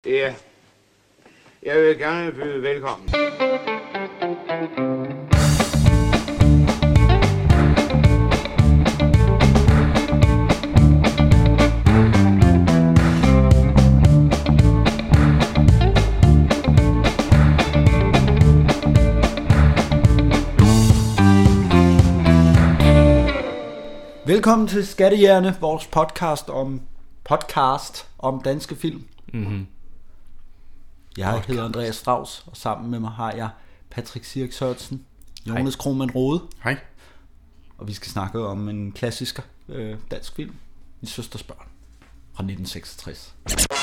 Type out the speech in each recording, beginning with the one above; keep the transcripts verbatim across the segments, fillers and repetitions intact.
Ja, jeg vil gerne byde velkommen. Velkommen til Skattejægerne, vores podcast om podcast om danske film. Mm-hmm. Jeg podcast. hedder Andreas Strauss, og sammen med mig har jeg Patrick Sirk Sørensen, Jonas Krohmann Rode. Hej. Og vi skal snakke om en klassisk øh, dansk film, Min søsters børn, fra nitten seksogtres.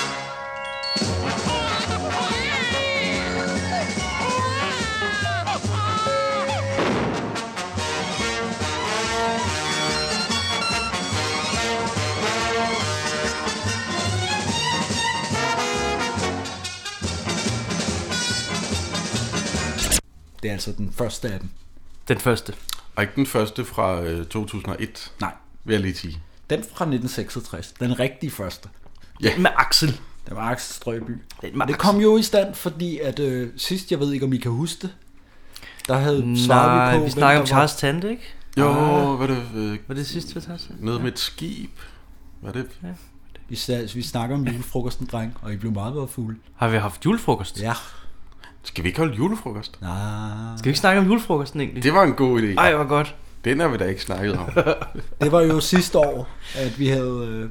Det er altså den første af dem. Den første. Og ikke den første fra øh, to tusind og et. Nej. Vil jeg lige sige. Den fra nitten seksogtres. Den rigtige første. Ja. Med Axel. Det var Axel Strøby. Det, det kom jo i stand, fordi at øh, sidst, jeg ved ikke, om I kan huske det, der havde svaret vi på... vi snakker om Charles Tante, ikke? Jo, ah. var det... Øh, var det sidst, vi tager Nede ja. med et skib. Var det... Ja. Vi, vi snakker om julefrokosten, dreng, og I blev meget, meget fulde. Har vi haft julefrokost? Ja. Skal vi ikke holde julefrokost? Nej. Skal vi ikke snakke om julefrokosten egentlig? Det var en god idé. Ej, hvor godt. Den har vi da ikke snakket om. Det var jo sidste år, at vi havde øh,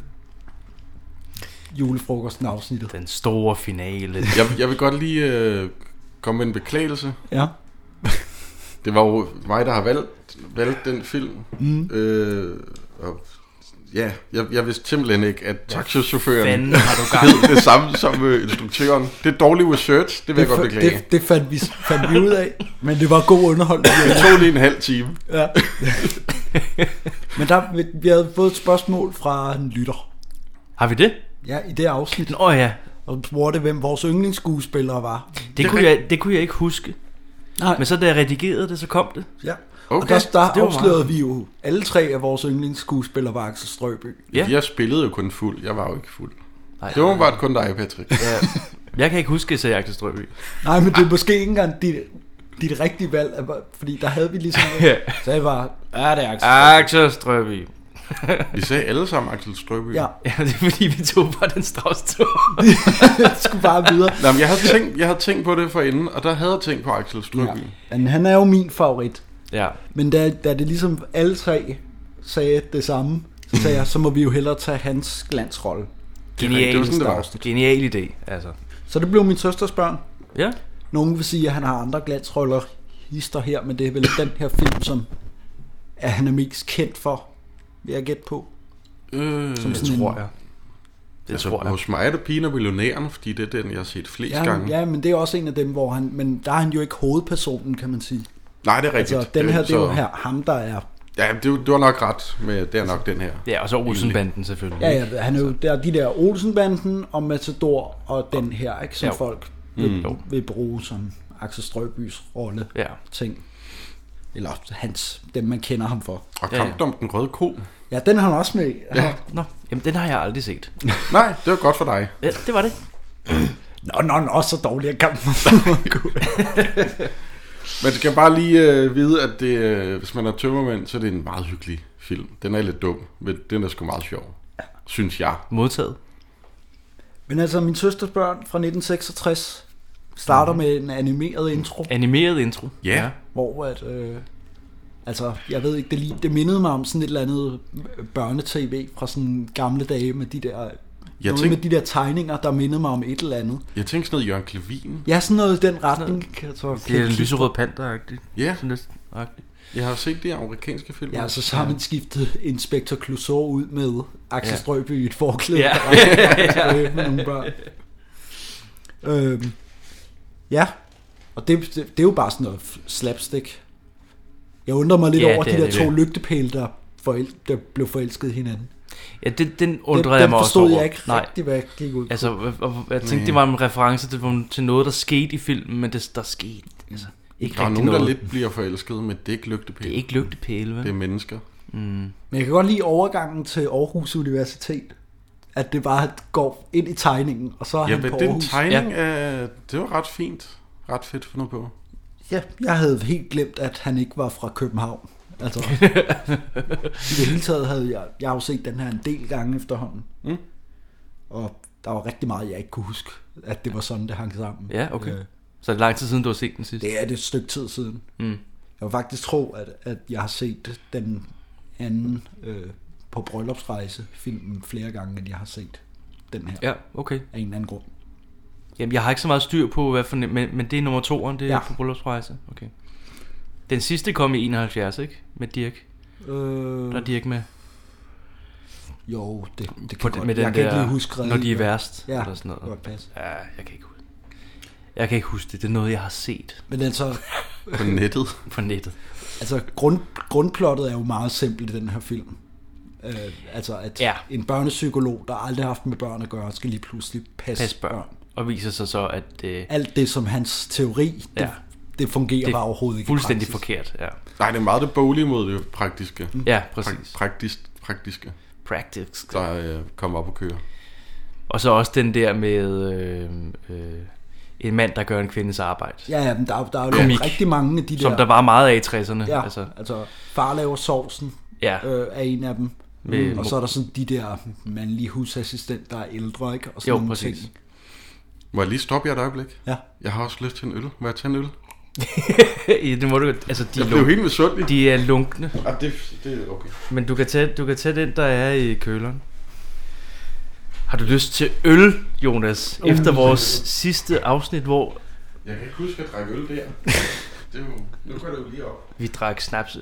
julefrokosten afsnittet. Den store finale. jeg, jeg vil godt lige øh, komme med en beklagelse. Ja. Det var jo mig, der har valgt, valgt den film. Mm. Øh, og ja, jeg, jeg vidste simpelthen ikke, at taxichaufføren hed det samme som øh, instruktøren. Det er dårlig research, det vil det jeg godt beklage. Det, det fandt, vi, fandt vi ud af, men det var god underholdning. Det tog lige en halv time. Ja. Men der, vi havde fået et spørgsmål fra en lytter. Har vi det? Ja, i det afsnit. Åh ja. Og spurgte, hvem vores yndlingsskuespillere var. Det, det, kunne, jeg, det kunne jeg ikke huske. Nej. Men så da jeg redigerede det, så kom det. Ja. Okay. Og der, der afslørede vi jo alle tre af vores yndlingsskuespillere var Axel Strøby. Ja. Jeg spillede jo kun fuld. Jeg var jo ikke fuld. Nej, det var bare kun dig, Patrick. Ja. Jeg kan ikke huske, at jeg sagde Axel Strøby. Nej, men det er måske ikke engang dit, dit rigtige valg. Fordi der havde vi ligesom... Så jeg var... Ja, det er Axel Strøby. Axel Strøby. Vi sagde alle sammen Axel Strøby. Ja. Ja, det er fordi vi tog bare den Strauss-tog. Jeg skulle bare videre. Nå, men jeg havde, tænkt, jeg havde tænkt på det forinden, og der havde jeg tænkt på Axel Strøby. Ja. Men han er jo min favorit. Ja. Men da, da det ligesom alle tre sagde det samme, så sagde jeg, så må vi jo hellere tage hans glansrolle. Genial, genial idé, altså. Så det blev Min søsters børn. Ja. Nogen vil sige, at han har andre glansroller hister her, men det er vel den her film, som er, han er mest kendt for, vil jeg gætte på. Øh, som det tror jeg. Det altså, tror jeg. Hos mig er det Pigen og Millionæren, fordi det er den, jeg har set flest ja, gange. Ja, men det er også en af dem, hvor han, men der er han jo ikke hovedpersonen, kan man sige. Nej, det er rigtigt. Altså, den her, det er jo her, ham, der er... Ja, det, du har nok ret med, det er nok den her. Ja, og så Olsenbanden selvfølgelig. Ja, ja, han er jo, der er de der Olsenbanden og Matador og den her, ikke, som ja. folk vil, mm. vil bruge som Axel Strøbys rolle ja. ting. Eller hans, dem man kender ham for. Og Kampen ja, ja. om den røde ko. Ja, den har han også med. Ja. Nå, jamen den har jeg aldrig set. Nej, det var godt for dig. Ja, det var det. Nå, nå, nå, så dårlig er Kampen. Man skal bare lige øh, vide, at det, øh, hvis man er tømmermænd, så er det en meget hyggelig film. Den er lidt dum, men den er sgu meget sjov, ja. synes jeg. Modtaget. Men altså, Min søsters børn fra nitten seksogtres starter mm-hmm. med en animeret intro. Animeret intro? Ja. Yeah. Hvor at, øh, altså, jeg ved ikke, det, det mindede mig om sådan et eller andet børnetv fra sådan gamle dage med de der... Jeg noget tænk... med de der tegninger, der mindede mig om et eller andet. Jeg tænkte sådan noget Jørgen Clevin. Ja, sådan noget i den retning. Kan jeg tror, det er en lyserød panter-agtigt. Ja. Yeah. Jeg har set de amerikanske film. Ja, så har man skiftet Inspektor Clouseau ud med Axel ja. Strøby i et forklæde. Ja. Der med nogle børn. Øhm, ja, og det, det, det er jo bare sådan noget slapstick. Jeg undrer mig lidt ja, over de der det, to det. lygtepæle, der, forel- der blev forelsket hinanden. Ja, det, den undrede den, jeg mig også over. Den forstod jeg ikke Nej. rigtig, hvad jeg gik ud på. Altså, og, jeg tænkte, Nej. det var en reference til, til noget, der skete i filmen, men det der skete altså, ikke der er rigtig nogen, noget. der lidt bliver forelsket, men det er ikke lygtepæle. Det er ikke lygtepæle, vel? Det er mennesker. Mm. Men jeg kan godt lide overgangen til Aarhus Universitet. at det bare går ind i tegningen, og så er ja, han på den Aarhus. tegning, ja. øh, det var ret fint. Ret fedt fundet på. Ja, jeg havde helt glemt, at han ikke var fra København. Altså, i det hele taget havde jeg, jeg har jo set den her en del gange efterhånden. Mm. Og der var rigtig meget, jeg ikke kunne huske, at det var sådan, det hang sammen. Ja, okay. Øh, Så er det lang tid siden, du har set den sidste? det er det et stykke tid siden. Mm. Jeg vil faktisk tro, at, at jeg har set den anden øh, på bryllupsrejse filmen flere gange, end jeg har set den her. Ja, okay. Af en eller anden grund. Jamen, jeg har ikke så meget styr på, hvad for, men, men det er nummer toeren, det er Ja. på bryllupsrejse. Okay. Den sidste kom i enoghalvfjerds, ikke? Med Dirk. Øh, Der er Dirk med. Jo, det, det På kan den, godt. med den Jeg kan der, ikke lige huske når de er værst. Ja, eller sådan noget. godt passe. Ja, jeg kan ikke huske. Jeg kan ikke huske det. Det er noget, jeg har set Men altså, På nettet. på nettet. altså grund, grundplottet er jo meget simpelt i den her film. Øh, altså at Ja. en børnepsykolog, der aldrig har haft med børn at gøre, skal lige pludselig passe Pas børn. Og viser sig så, at øh, Alt det, som hans teori, det, Ja. det fungerer det bare overhovedet ikke i fuldstændig praksis. forkert. Ja, Nej, det er meget det boglige mod det praktiske. ja Pra- præcis. praktisk, praktiske, Practice. der øh, kommer op og kører. Og så også den der med øh, øh, en mand, der gør en kvindes arbejde. Ja, ja, men der, er- der er jo Komik. rigtig mange af de der... Som der var meget af i tresserne. Ja, Altså, altså, altså far laver sovsen, ja. øh, er en af dem. Med- Og så er der sådan de der mandlige husassistent, der er ældre, ikke? Og sådan Jo, nogle præcis. ting. Må jeg lige stoppe jer et øjeblik? Ja. Jeg har også lyst til en øl. Må jeg tage en øl? Ja, det må du, altså, de, Jeg er blev lunk, helt misundelig. de er lunkne. Ah, det, det er okay. Men du kan, tage, du kan tage den, der er i køleren. Har du lyst til øl, Jonas? Uh. Efter vores sidste afsnit, hvor Jeg kan ikke huske at drikke øl der. Det er jo, nu går det jo lige op. vi drak snapse.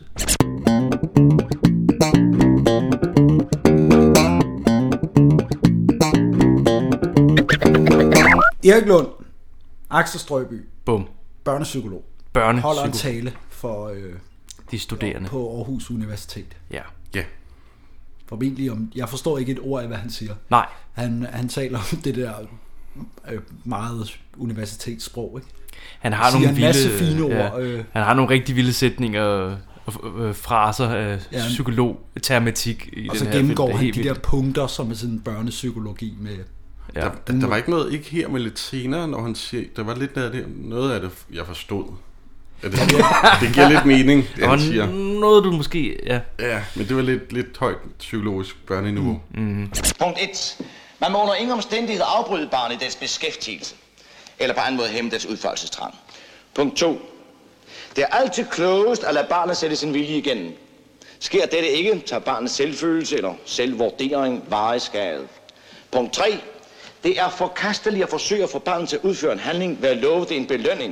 Erik Lund, Axel Strøby, Bum. børnepsykolog, Børne. holder en tale for øh, De studerende. på Aarhus Universitet. Ja. Ja. Formentlig om, jeg forstår ikke et ord af, hvad han siger. Nej. Han, han taler om det der øh, meget universitetssprog, ikke? Han har Siger nogle en vilde, masse fine ord, Ja, øh. han har nogle rigtig vilde sætninger og øh, fraser af Ja. psykolog-termatik i Og den så her gennemgår film. Det er han helt de der vildt. punkter, som er sådan børnepsykologi med... Ja. Der, der, der var ikke noget, ikke her, men lidt senere, når han siger, der var lidt af det, noget af det, jeg forstod. Ja, det, det giver lidt mening, det Der han siger. var noget, du måske... Ja. Ja, men det var lidt, lidt højt psykologisk børneniveau. Mm. Punkt et. Man må under ingen omstændighed afbryde barnet i dets beskæftigelse, eller på anden måde hæmme dets udførelsestrang. Punkt to. Det er altid klogest at lade barnet sætte sin vilje igennem. Sker dette ikke, tager barnets selvfølelse eller selvvurdering varig skade. Punkt tre. Det er forkasteligt at forsøge at få barnet til at udføre en handling ved at love det en belønning.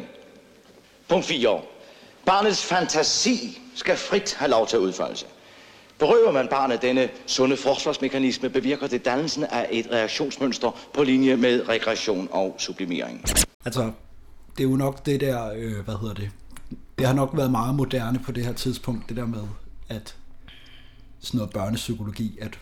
Punkt fire. Barnets fantasi skal frit have lov til at udfolde sig. Berøver man barnet denne sunde forsvarsmekanisme, bevirker det dannelsen af et reaktionsmønster på linje med regression og sublimering. Altså, det er jo nok det der, øh, hvad hedder det? Det har nok været meget moderne på det her tidspunkt, det der med, at sådan noget børnepsykologi, at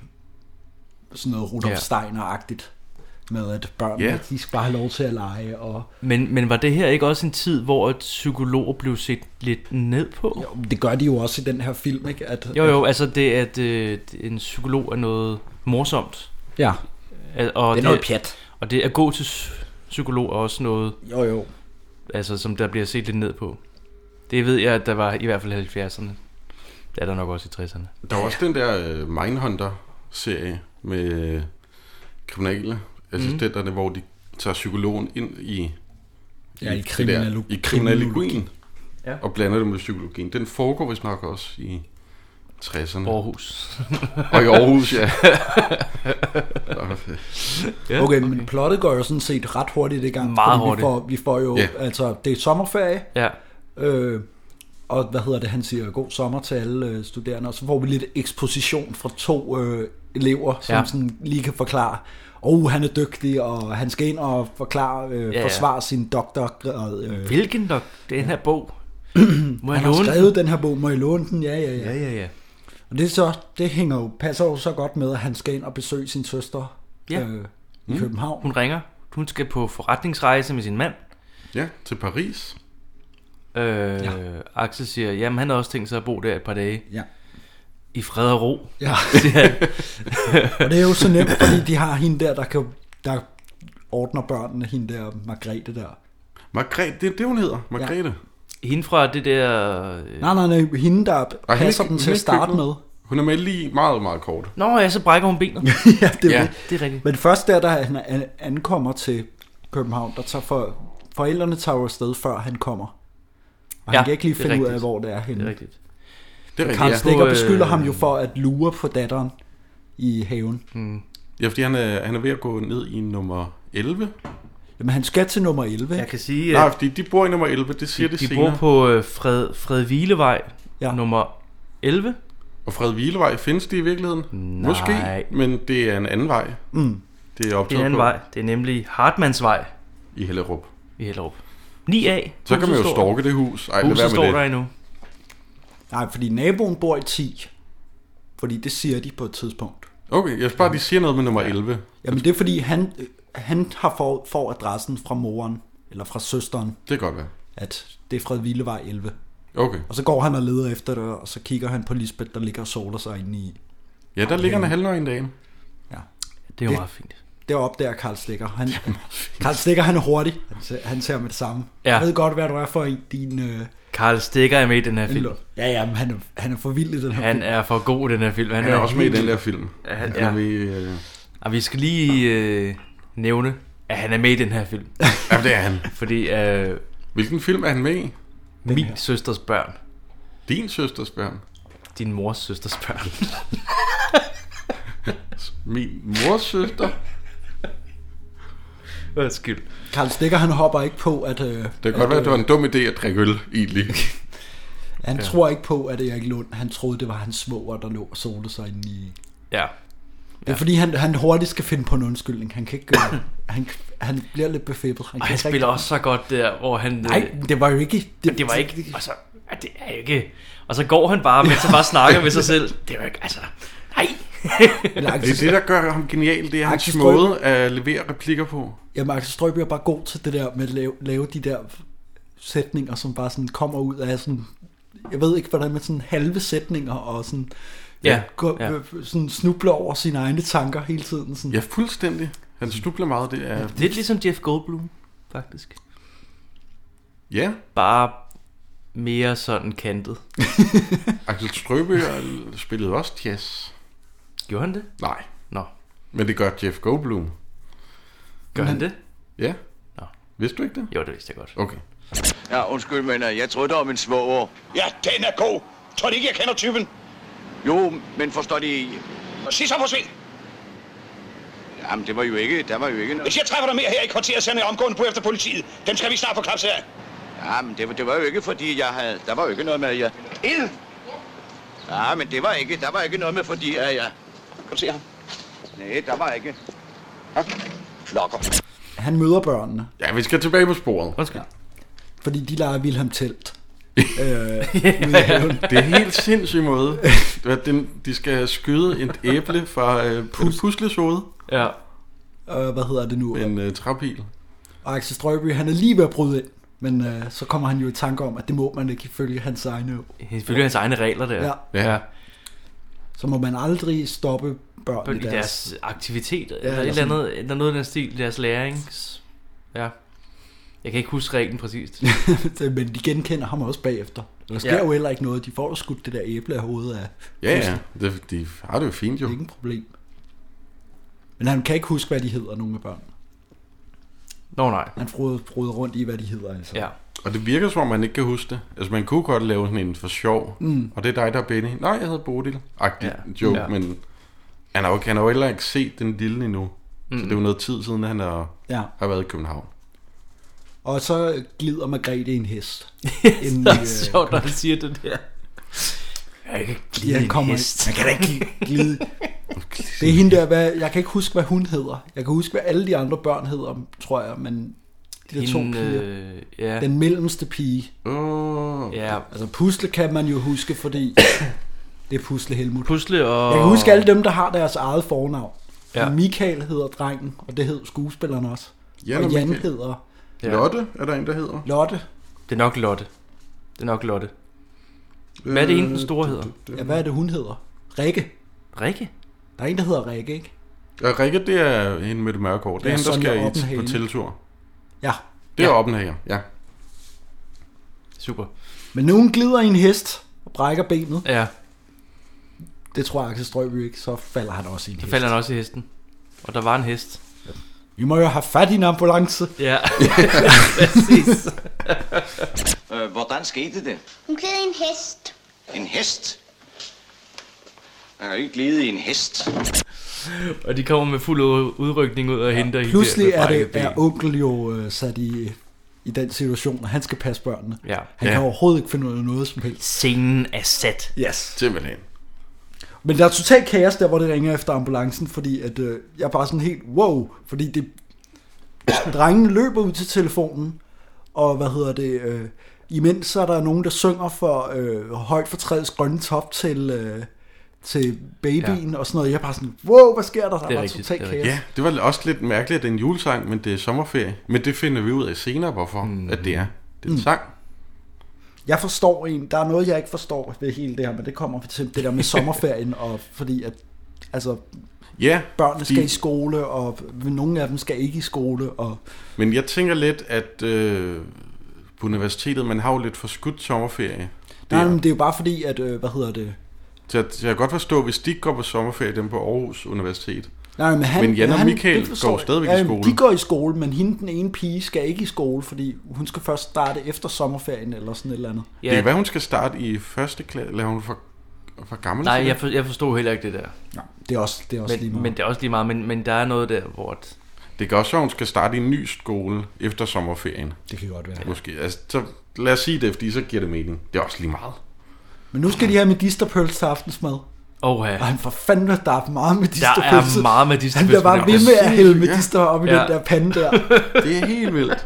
sådan noget Rudolf Ja. Steiner-agtigt, med at børn, Ja. yeah. de skal bare have lov til at lege, og Men, men var det her ikke også en tid, hvor et psykolog blev set lidt ned på? jo, det gør de jo også i den her film, ikke? At, Jo, jo, altså det, at øh, en psykolog er noget morsomt. At, ja, Al- Og det er noget pjat. Og det at gå til psykolog er også noget, Jo, jo. altså, som der bliver set lidt ned på. Det ved jeg, at der var i hvert fald i halvfjerdserne. Det er der nok også i tresserne. Der var også den der uh, Mindhunter-serie med øh, kriminelle assistenterne, mm. hvor de tager psykologen ind i Ja, i det der- kriminalo- i kriminalogien kriminologi. Ja. og blander det med psykologien. Den foregår vist nok også i tresserne. Aarhus. Og i Aarhus, ja. Ja, Okay, men plottet går jo sådan set ret hurtigt i gang. Meget fordi hurtigt. Vi får, vi får jo, Ja. altså, det er sommerferie, Ja, øh, og hvad hedder det, han siger, god sommer til alle øh, studerende, og så får vi lidt eksposition fra to øh, elever, som Ja. sådan lige kan forklare, oh, han er dygtig, og han skal ind og forklare, øh, Ja, ja. forsvare sin doktorgrad. Øh. hvilken dok? Den her bog. Må jeg Han har låne skrevet den her bog, må I låne den? Ja, ja, den? ja. Ja, ja, ja. Og det, er så, det hænger jo, passer jo så godt med, at han skal ind og besøge sin søster Ja. øh, i København. Hun ringer. Hun skal på forretningsrejse med sin mand. Ja, til Paris. Øh, ja. Axel siger, jamen han har også tænkt sig at bo der et par dage. Ja. I fred og ro. Ja. Og det er jo så nemt, fordi de har hende der, der, kan, der ordner børnene, hende der Margrethe der. Margrethe, det er det, hun hedder. Margrethe. Ja. Hende fra det der... Øh... Nej, nej, nej, hende der Ej, passer den til at starte med. Hun er med lige meget, meget kort. Nå ja, så brækker hun benet. Ja, det er, ja, det er rigtigt. Men først der, da han ankommer til København, der tager for, forældrene tager jo afsted, før han kommer. Og han ja, kan ikke lige finde ud af, hvor det er henne. Det er rigtigt. Det er rigtigt, Karl ja. Stikker beskylder øh... ham jo for at lure på datteren i haven. Hmm. Ja, fordi han er, han er ved at gå ned i nummer elleve. Jamen han skal til nummer elleve. Jeg kan sige... Nej, fordi de bor i nummer elleve, det siger de, det de senere. De bor på Fred, Fredvilevej, ja. nummer elleve. Og Fredvilevej, findes det i virkeligheden? Nej. Måske, men det er en anden vej. Mm. Det er optaget Det er en anden på. vej. Det er nemlig Hartmannsvej. I Hellerup. I Hellerup. ni A. Så kan man jo stalke det hus. Ej, huset står det. der endnu. Nej, fordi naboen bor i ti. Fordi det siger de på et tidspunkt. Okay, jeg spørger, de siger noget med nummer elleve. Jamen det er fordi, han, han har får, får adressen fra moren, eller fra søsteren. Det kan godt være. At det er Fredvillevej elleve. Okay. Og så går han og leder efter det, og så kigger han på Lisbeth, der ligger og soler sig inde i... Ja, der ligger en halvnøgen dame. Ja. Det er jo det, meget fint. Det opdager Karl Stikker. Han, Karl Stikker, han er hurtig. Han ser, han ser med det samme. Ja. Jeg ved godt, hvad du er for en, din... Øh, Karl Stikker er med i den her film. Ja, ja, men han er, han er for vild i den her han film. Han er for god i den her film. Han, han er, er også med i den der film. Ja, han, ja. ja. Med, øh... Og vi skal lige øh, nævne, at han er med i den her film. Ja, det er han. Fordi... Øh, Hvilken film er han med i? Min søsters børn. Din søsters børn? Din mors søsters børn. Min mors søster? Undskyld. Karl Stikker, han hopper ikke på, at... Øh, det kan godt være, at det var en dum idé at drikke øl, egentlig. Han ja. tror ikke på, at Erik Lund, han troede, det var hans svoger, der lå og solede sig inde i... Ja. Det er ja. fordi, han, han hurtigt skal finde på en undskyldning. Han kan ikke gøre han, han bliver lidt befippet. Han, og han spiller også så godt der, hvor han... Nej, det var jo ikke... Det, det var ikke... Altså, det er jo ikke... Og så går han bare, mens han bare snakker med sig selv. Det er jo ikke... Altså... Nej! Det er det, der gør ham genial. Det er hans Axel måde at levere replikker på. Ja, Axel Strøby er bare god til det der med at lave, lave de der sætninger, som bare sådan kommer ud af sådan... Jeg ved ikke, hvordan med sådan halve sætninger og sådan... Ja, går, ja. sådan snubler over sine egne tanker hele tiden. Sådan. Ja, fuldstændig. Han snubler meget. Det er lidt ligesom Jeff Goldblum, faktisk. Ja. Bare mere sådan kantet. Axel Strøby spillede også jazz. Gjorde han det? Nej. Nå. Men det gør Jeff Goldblum. Gør han det? Ja. Nå. Vidste du ikke det? Jo, det vidste jeg godt. Okay. Ja, undskyld, men jeg troede, det var min svoger. Ja, den er god. Tror du ikke, jeg kender typen? Jo, men forstår de... Sig så forsvind! Jamen, det var jo ikke... Der var jo ikke noget... Hvis jeg træffer dig mere her i kvarteret, sender jeg omgående på efter politiet. Dem skal vi snart få klapset af. Jamen, det var, det var jo ikke, fordi jeg havde... Der var jo ikke noget med, at jeg... Ild! Ja, men det var ikke... Der var ikke noget med, fordi at jeg... Kan du se ham? Nej, der var ikke... Ja. Lokker. Han møder børnene. Ja, vi skal tilbage på sporet. Undskyld. Ja. Fordi de leger Wilhelm Telt. øh, det er helt sindssygt måde. De skal skyde et æble fra øh, Pus- Pusles hoved. Ja. Øh, hvad hedder det nu? En øh, træpil. Og Axel Strøby, han er lige ved at bryde ind. Men øh, så kommer han jo i tanke om, at det må man ikke ifølge hans egne... Ifølge hans egne regler der. Ja. Ja. Så må man aldrig stoppe børn, børn i deres, deres aktivitet. Ja, eller, eller, eller, andet, eller noget af den stil, deres lærings... Ja. Jeg kan ikke huske reglen præcist. Men de genkender ham også bagefter. Der sker ja. jo heller ikke noget. De får jo skudt det der æble af hovedet af... Ja, ja. Det, de har det jo fint jo. Det er ikke en problem. Men han kan ikke huske, hvad de hedder, nogle af børnene. Nå nej. Han froder rundt i, hvad de hedder. Altså. Ja. Og det virker som om, man ikke kan huske det. Altså, man kunne godt lave sådan en for sjov. Mm. Og det er dig, der er Benny. Nej, jeg hedder Bodil. Agtig ja. joke, ja. men... Han har jo, han har jo heller ikke set den lille endnu. Mm. Så det er jo noget tid siden, at han er, ja. har været i København. Og så glider Margrethe i en hest. Det er sjovt, når han siger det der. Jeg kan glide ja, kommer, en hest. Jeg kan da ikke glide. Det er hende der, hvad, jeg kan ikke huske, hvad hun hedder. Jeg kan huske, hvad alle de andre børn hedder, tror jeg, men de der hende, to piger. Øh, ja. Den mellemste pige. Oh. Ja. Altså Pusle kan man jo huske, fordi det er Pusle Helmut. Pusle og... Jeg kan huske alle dem, der har deres eget fornavn. Ja. Michael hedder drengen, og det hed skuespilleren også. Jan og Jan Michael. hedder... Ja. Lotte er der en, der hedder. Lotte. Det er nok Lotte. Det er nok Lotte. Hvad er det en, den store hedder? Ja, hvad er det, hun hedder? Rikke. Rikke? Der er en, der hedder Rikke, ikke? Ja, Rikke, det er hende med det mørke hår. Det er Ja, hende, der Sonja skal i, Oppenhagen. på teletur. Ja. Det er Ja. Oppenhagen, ja. Super. Men nogen glider i en hest og brækker benet. Ja. Det tror jeg, Axel Strøby ikke. Så falder han også i en Så hest. falder han også i hesten. Og der var en hest. Vi må jo have fat i en ambulance. Ja, præcis. Øh, hvordan skete det? Hun gled i en hest. En hest? Jeg har ikke glidet i en hest. Og de kommer med fuld udrykning ud og henter hende. Pludselig der med er, det, brækket er ben. onkel jo øh, sat i, i den situation, og han skal passe børnene. Ja. Han Ja. kan overhovedet ikke finde ud af noget som helst. Scenen er sat. Yes. Simpelthen. Men der er totalt kaos der, hvor det ringer efter ambulancen, fordi at, øh, jeg er bare sådan helt wow, fordi det drengene løber ud til telefonen, og hvad hedder det, øh, imens så er der nogen, der synger for øh, højt for træets grønne top til, øh, til babyen ja. og sådan noget. Jeg er bare sådan, wow, hvad sker der? Der Det er er rigtigt, totalt det er kaos. Ja, det var også lidt mærkeligt, at det er en julesang, men det er sommerferie. Men det finder vi ud af senere, hvorfor mm. at det er. Det er en sang. Jeg forstår en, der er noget, jeg ikke forstår ved hele det her, men det kommer til det der med sommerferien, og fordi at, altså, Ja, børnene skal fordi- i skole, og nogle af dem skal ikke i skole, og Men jeg tænker lidt, at øh, på universitetet, man har jo lidt forskudt sommerferie. nej, Der. men det er jo bare fordi, at, øh, hvad hedder det, Så jeg, så jeg kan godt forstå, hvis de ikke går på sommerferie, dem på Aarhus Universitet. nej, men, han, Men Jan og han, Michael det forstår går jeg. stadigvæk i Ja, skole. de går i skole, men hende, den ene pige, skal ikke i skole, fordi hun skal først starte efter sommerferien, eller sådan et eller andet. Ja. Det er, hvad hun skal starte i første klasse, eller er hun for, for gammel Nej, til det? jeg, for, jeg forstod heller ikke det der. Ja, det er også, det er også lige Men, meget. men det er også lige meget. Men, men der er noget der, hvor... At, Det kan også være, at hun skal starte i en ny skole efter sommerferien. Det kan godt være. Måske. Altså, så lad os sige det, fordi så giver det mening. Det er også lige meget. Men nu skal de have medisterpølse til aftensmad. Åh, ja. Og han får fandme, der er meget Der medisterpølse. er meget med disse Han bliver bare ved med at hælde medister op i Ja. den der pande der. Det er helt vildt.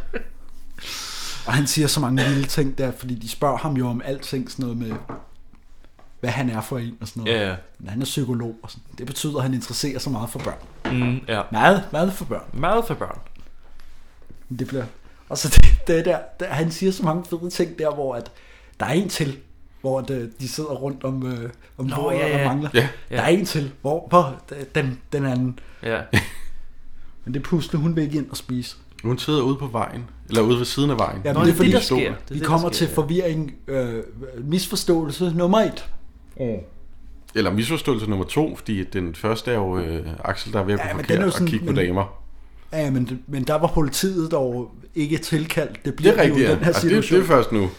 Og han siger så mange vilde ting der, fordi de spørger ham jo om alting, sådan noget med, hvad han er for en og sådan noget. Ja, ja. Men han er psykolog og sådan. Det betyder, at han interesserer sig meget for børn. Mm, ja. Meget, meget for børn. Meget for børn. Men det bliver... Og så det, det der, der, han siger så mange fede ting der, hvor at der er en til, hvor de, de sidder rundt om, øh, om Nå, bordet ja, ja. og mangler. Ja. Der er en til, hvor, hvor den, den anden. Ja. Men det pusler hun vil ikke ind og spise. Hun sidder ude på vejen, eller ude ved siden af vejen. Ja, Nå, men det er fordi, der sker. Det er vi det, der kommer sker, til ja. forvirring, øh, misforståelse nummer et. Eller misforståelse nummer to, fordi den første er jo øh, Axel, der er ved at Ja, gå men forkert den er jo og sådan- kigge på men- damer. Ja, men, men der var politiet dog ikke tilkaldt. Det Det bliver er rigtigt, jo i ja. den her Og det, det situation. er først nu.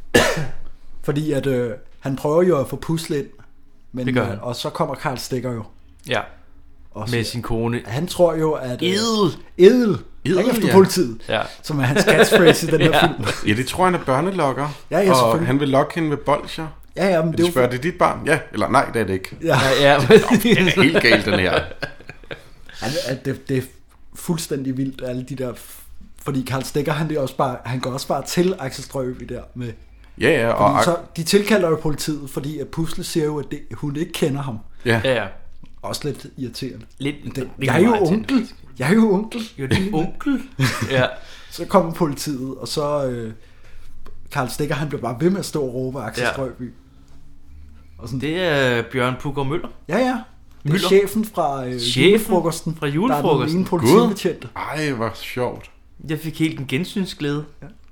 Fordi at øh, han prøver jo at få puslet ind. Men, Det gør han. øh, Og så kommer Karl Stikker jo. Ja. Og Med sin kone. Han tror jo, at... øh, Edel. Edel. Edel, Ring efter ja. politiet. Ja. Som er hans catchphrase i den her Ja. film. Ja, det tror jeg, han er børnelokker. Ja, ja, og selvfølgelig. han vil lokke hende med bolsjer. Ja, ja, men Det det er jo... spørger, det er dit barn? Ja, eller nej, det er det ikke. Ja, Ja, Den er helt galt, den her. han, at det, det er fuldstændig vildt, alle de der... Fordi Karl Stikker, han, det er også bare, han går også bare til Axel Strøby der med... Ja, ja, og Fordi så, de tilkalder jo politiet, fordi at Pusle siger jo, at det, hun ikke kender ham. ja. ja, ja. Også lidt irriterende. Lidt, Det, lidt jeg er jo meget onkel. tændt. Jeg er jo onkel. Jo, det er onkel. Ja. Så kommer politiet, og så... Øh, Karl Stikker, han bliver bare ved med at stå og råbe af Axel Ja. Strøby. Og sådan, Det er Bjørn Puggaard Møller ja, ja. Det er Møller. chefen fra øh, Chefen julefrokosten. fra julefrokosten. Der er den ene politibetjente. Ej, hvor sjovt. Jeg fik helt en gensynsglæde.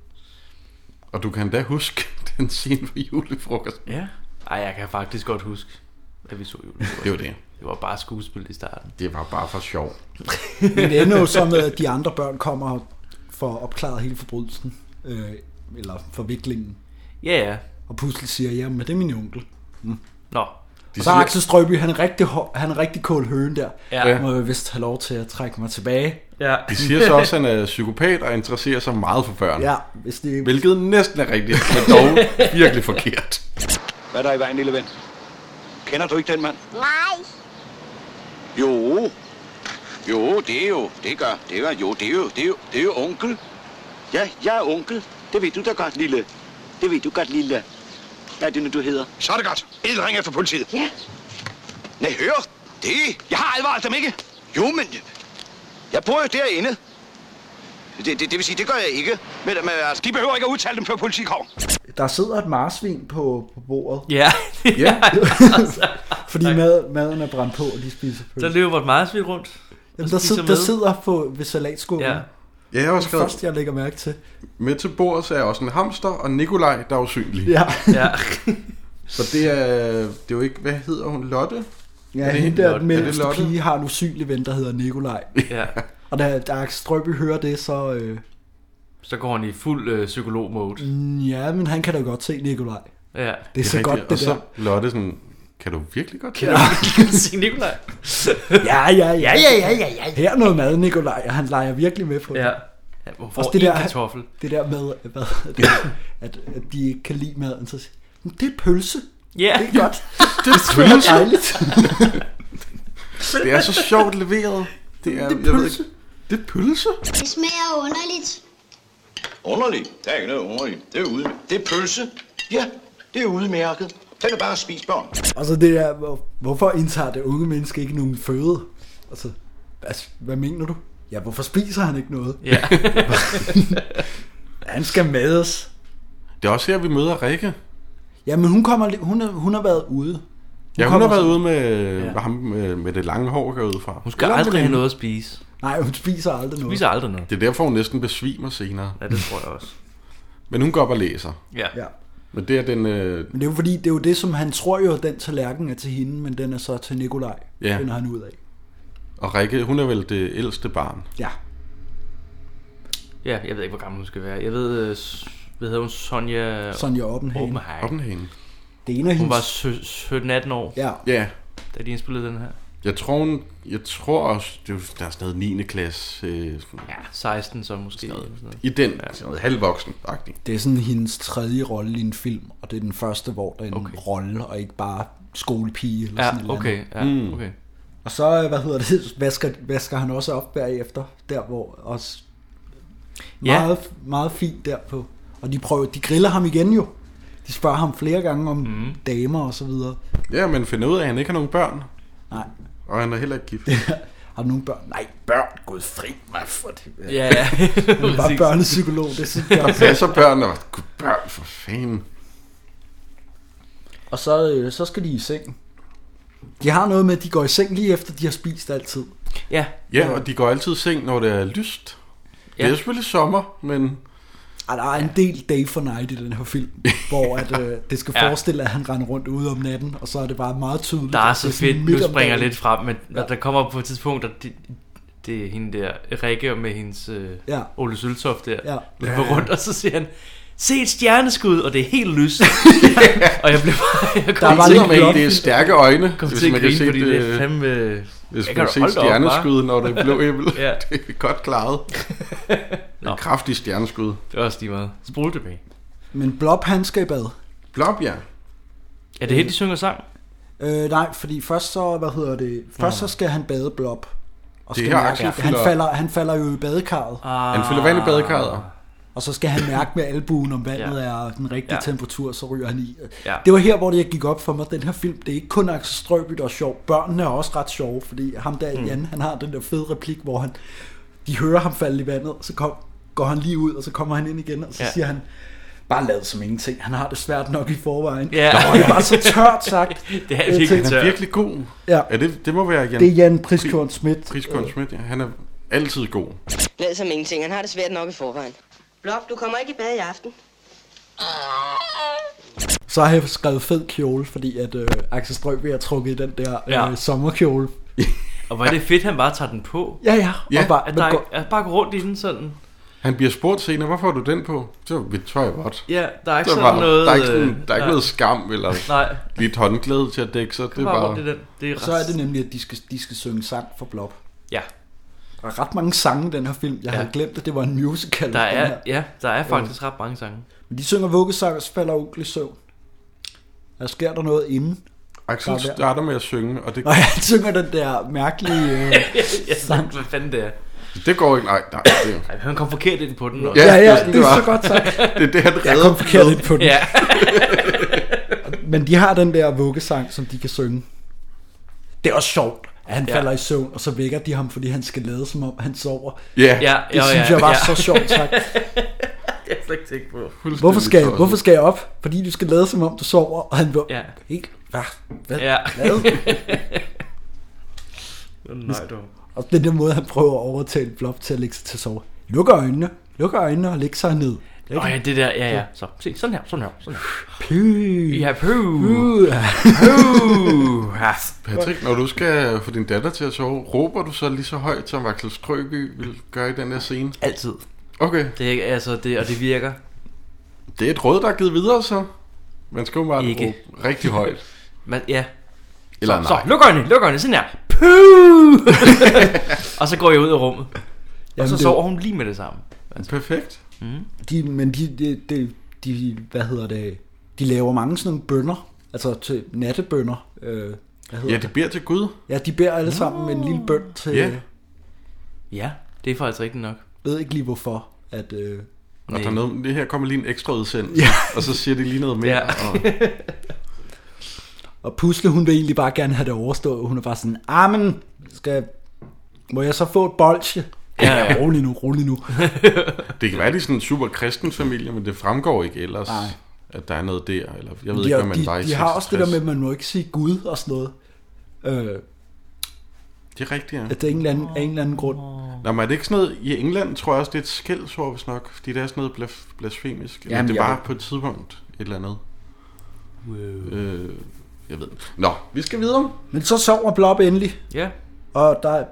Og du kan da huske den scene på julefrokosten. Ja. Ej, jeg kan faktisk godt huske, at vi så julefrokosten. Det var det. Det var bare skuespil i starten. Det var bare for sjov. Men det ender jo så med, at de andre børn kommer for at opklare hele forbrydelsen. Øh, eller forviklingen. Ja, ja. Og pludselig siger, jamen det er min onkel. Nå. De Og så er Axel Strøby, han er rigtig, hår- han er rigtig kold høen der. Ja. Jeg må jo vist have lov til at trække mig tilbage. Ja. De siger så også, at han er psykopat og interesserer sig meget for børn. Ja, hvis det... Hvilket næsten er rigtigt, men dog virkelig forkert. Hvad er der i vejen, lille ven? Kender du ikke den mand? Nej. Jo. Jo, det er jo, det gør, det gør, jo, det er jo, det er jo, det er jo onkel. Ja, jeg er onkel. Det ved du da godt, lille. Det ved du godt, lille. Hvad er det nu, du hedder? Så er det godt. Edel, ring efter politiet. Ja. Nej, hør. Det. Jeg har advaret dem ikke. Jo, men jeg bor jo derinde. Det, det, det vil sige, det gør jeg ikke. Men, men altså, de behøver ikke at udtale dem, før politiet kommer. Der sidder et marsvin på, på bordet. Ja. Ja. Fordi mad, maden er brændt på, og de spiser pølse. Der løber et marsvin rundt. Jamen, der, sidder, der sidder på, ved salatskålen. Ja. Ja, jeg har det skrevet, første, jeg lægger mærke til. med til bordet er også en hamster, og Nikolaj, der er usynlig. Ja. Ja. Så det er, det er jo ikke, hvad hedder hun, Lotte? Ja, Er det hende hende? der mellemste Er det Lotte? pige har en usynlig ven, der hedder Nikolaj. Ja. Og da, da Axel Strøby hører det, så... Øh, Så går han i fuld øh, psykolog-mode. mm, ja, men han kan da godt se Nikolaj. Ja. Det er Det så er godt, rigtigt. det Og der. så Lotte sådan, kan du virkelig godt Kan se? du sige Nikolaj? Ja, ja, ja, ja, ja, ja, ja. Her er noget mad, Nikolaj, og han leger virkelig med på det. Ja. Ja, hvorfor Også det en der- kartoffel? Det der med, hvad, det, at, at de ikke kan lide maden, så siger "Men det er pølse. Ja. Det er godt. Det er Det er dejligt. Det er så sjovt leveret. Det er, Det er jeg ved pølse. ikke, det er pølse. Det smager underligt. Underligt? Der er ikke noget underligt. Det er ude. Det er pølse. Ja, det er udmærket. Tag det bare og spis, børn. Og så det der, hvor, hvorfor indtager det unge menneske ikke nogen føde? Altså, altså, hvad mener du? Ja, hvorfor spiser han ikke noget? Ja. Han skal mades. Det er også her, vi møder Rikke. Ja, men hun, kommer, li- hun, er, hun har været ude. Hun Ja, hun kommer har været så- ude med, Ja. med ham med, med det lange hår, går jeg ud fra. Hun skal Eller aldrig have hvordan? noget at spise. Nej, hun spiser aldrig Hun noget. spiser aldrig noget. Det er derfor, hun næsten besvimer senere. Ja, det tror jeg også. Men hun går op og læser. Ja. Ja. Men det er den... Øh, Men det er jo fordi, det er jo det, som han tror jo, at den tallerken er til hende, men den er så til Nikolaj. Ja. Finder han ud af. og Rikke, hun er vel det ældste barn. Ja. Ja, jeg ved ikke, hvor gammel hun skal være. Jeg ved, øh, s- hvad hedder hun? Sonja Sonja Oppenhagen. Oppenhagen. Oppenhagen. Det er en af Hun hendes... var sytten sytten atten år, Ja. Ja, da de indspillede den her. jeg tror, hun, jeg tror også, det er, jo- der er sådan noget niende klasse. Øh, sådan, Ja, seksten så måske. Sådan noget. I den, ja. sådan noget halvvoksen-agtigt. Det er sådan hendes tredje rolle i en film, og det er den første, hvor der er en Okay. rolle, og ikke bare skolepige eller Ja, sådan noget. okay. Ja, Mm. okay. Og så, hvad hedder det, vasker, vasker han også op bagefter, der hvor også Ja. meget, meget fint derpå. Og de prøver, de griller ham igen jo. De spørger ham flere gange om mm. damer og så videre. Ja, men finder ud af, at han ikke har nogen børn. Nej. Og han er heller ikke gift. Har du nogen børn? Nej, børn. Gud fri mig for det. Ja, ja. Han var Præcis. børnepsykolog, det synes jeg også. Ja, så børn og Gud, børn for fanden. Og så, øh, så skal de i seng. De har noget med, at de går i seng lige efter, de har spist altid. Ja, Ja, og de går altid i seng, når det er lyst. Ja. Ja. Det er selvfølgelig sommer, men Og der er en del day for night i den her film, hvor at, øh, det skal Ja. forestille, at han render rundt ude om natten, og så er det bare meget tydeligt. der er at så det sådan fedt. midt Nu om springer jeg dagen. lidt frem, men Ja. ja. der kommer på et tidspunkt, at det, det er hende der, Rikke med hendes øh, Ja. Ole Søltoft der, Ja. løber rundt, og så siger han, se et stjerneskud, og det er helt lyst. Og jeg blev bare, jeg Der kom var til, lige det, er, det er stærke øjne, kom hvis til at man kan grine, se fordi det er det, fandme... hvis Jeg man kan kan holde se da op, stjerneskud, når det er blå himmel. Ja. Det er godt klaret. Nå. En kraftig stjerneskud. Det er også lige meget. Spol tilbage. Men Blob, han skal i bad. Blob, ja. Er det helt, de synger sang? Øh, nej, fordi først så, hvad hedder det, først så skal han bade Blob. Og Det skal her mærke, Axel han, fylder- falder, han falder jo i badekarret, Ah. Han fylder vand i badekarret. og så skal han mærke med albuen, om vandet Ja. er den rigtige Ja. temperatur, så ryger han i. Ja. Det var her, hvor det gik op for mig, den her film, det er ikke kun Axel Strøby, der er sjov. Børnene er også ret sjove, fordi ham der, mm. Jan, han har den der fede replik, hvor han, de hører ham falde i vandet, og så kom, går han lige ud, og så kommer han ind igen, og så Ja. siger han, bare lad som ingenting, han har det svært nok i forvejen. Ja. Nå, det er bare så tørt sagt. Det er Jeg virkelig tænkte, Han er tørt. virkelig god. Ja. Ja, det, det må være Jan. Det er Jan Priskjorn Schmidt. Priskåren Schmidt, ja. Han er altid god. Lad som ingenting. Han har det svært nok i forvejen. Blop, du kommer ikke i bad i aften. Så har jeg skrevet fed kjole, fordi at øh, Axel Strøby har trukket i den der øh, Ja. sommerkjole. Og hvor er det fedt, han bare tager den på. Ja, ja. Ja. Og bare, At man der går, ikke, at bare gå rundt i den sådan. Han bliver spurgt senere, hvorfor har du den på? Så er mit tøj vådt. Ja, der er ikke Så sådan bare, noget... der er ikke, sådan, øh, der er ikke nej. noget skam eller Nej, lidt håndklæde til at dække sig. Det det er er bare bare... rundt i den. Det er så er ret- det nemlig, at de skal, de skal synge sang for Blob. Ja, Der er ret mange sange i den her film. Jeg Ja. havde glemt, at det var en musical. der den er, her. ja, der er faktisk ret mange sange. Men de synger vuggesang, og så falder onkel i søvn. Der sker der noget inden. Axel Der er der. starter med at synge, og det, Og han synger den der mærkelige... Øh, Jeg sang, hvad fanden det er. det går ikke. Nej, nej. Det, Ej, han kom forkert ind på den også. Ja, ja, det er ja, sådan, det er det var. så godt sagt. det er det, han Jeg redder. kom forkert ind på den. Ja. Men de har den der vuggesang, som de kan synge. Det er også sjovt, at han Ja. falder i søvn, og så vækker de ham, fordi han skal lade, som om han sover. Ja, Ja, Det ja, synes ja, jeg var ja. så sjovt sagt. Jeg har slet ikke tænkt på. Hvorfor skal, jeg, hvorfor skal jeg op? Fordi du skal lade, som om du sover, og han var Ja. helt Hvad? Hvad? Ja. Hvad? Nej, dog. Og den der måde, han prøver at overtale Blob til at lægge sig til at sove. Lukker øjnene, lukker øjnene og lægger sig ned. Åh oh, ja, det der, ja, ja. Så, se, sådan her, sådan her, sådan her. Py. Ja, py. Py. Ja. Patrick, når du skal få din datter til at sove, råber du så lige så højt, som Axel Strøby vil gøre i den der scene? Altid. Okay. Det er altså det, og det virker. Det er et råd, der er givet videre, så. Man skal jo bare Ikke. råbe rigtig højt. Men, ja. Eller så, nej. så, luk øjnene, luk øjnene, sådan her. Puh! Og så går jeg ud af rummet. Og Jamen, så det- sover hun lige med det samme. Altså. Perfekt. Mm. De, men de, de, de, de, hvad hedder det, de laver mange sådan nogle bønner, altså til nattebønner. Øh, hvad hedder Ja, de beder til Gud. Ja, de beder alle sammen med en lille bøn til, Ja. Ja, det er faktisk rigtigt nok. ved ikke lige hvorfor, at... Øh, Og der er noget, det her kommer lige en ekstra udsendelse, Ja. og så siger de lige noget mere. Ja. Og, og Pusle, hun vil egentlig bare gerne have det overstået. Hun er bare sådan, amen, skal, må jeg så få et bolsje? Ja. Ja, rolig nu, rolig nu. det kan være, det er sådan en super kristen familie, men det fremgår ikke ellers, Nej. at der er noget der. Eller jeg ved de, ikke, hvad man de, var i de har også det der seksogtres. med, at man må ikke sige Gud og sådan noget. Øh, Det er rigtigt, ja. at det er en eller anden, af en eller anden grund. Nå, men er det ikke sådan noget, i England tror jeg også, det er et skældsord, hvis nok, fordi det er sådan noget blas- blasfemisk. Eller Jamen, det jeg var ved- på et tidspunkt et eller andet. Wow. Øh, jeg ved. Nå, vi skal videre. Men så sover Blob endelig, Ja, og der,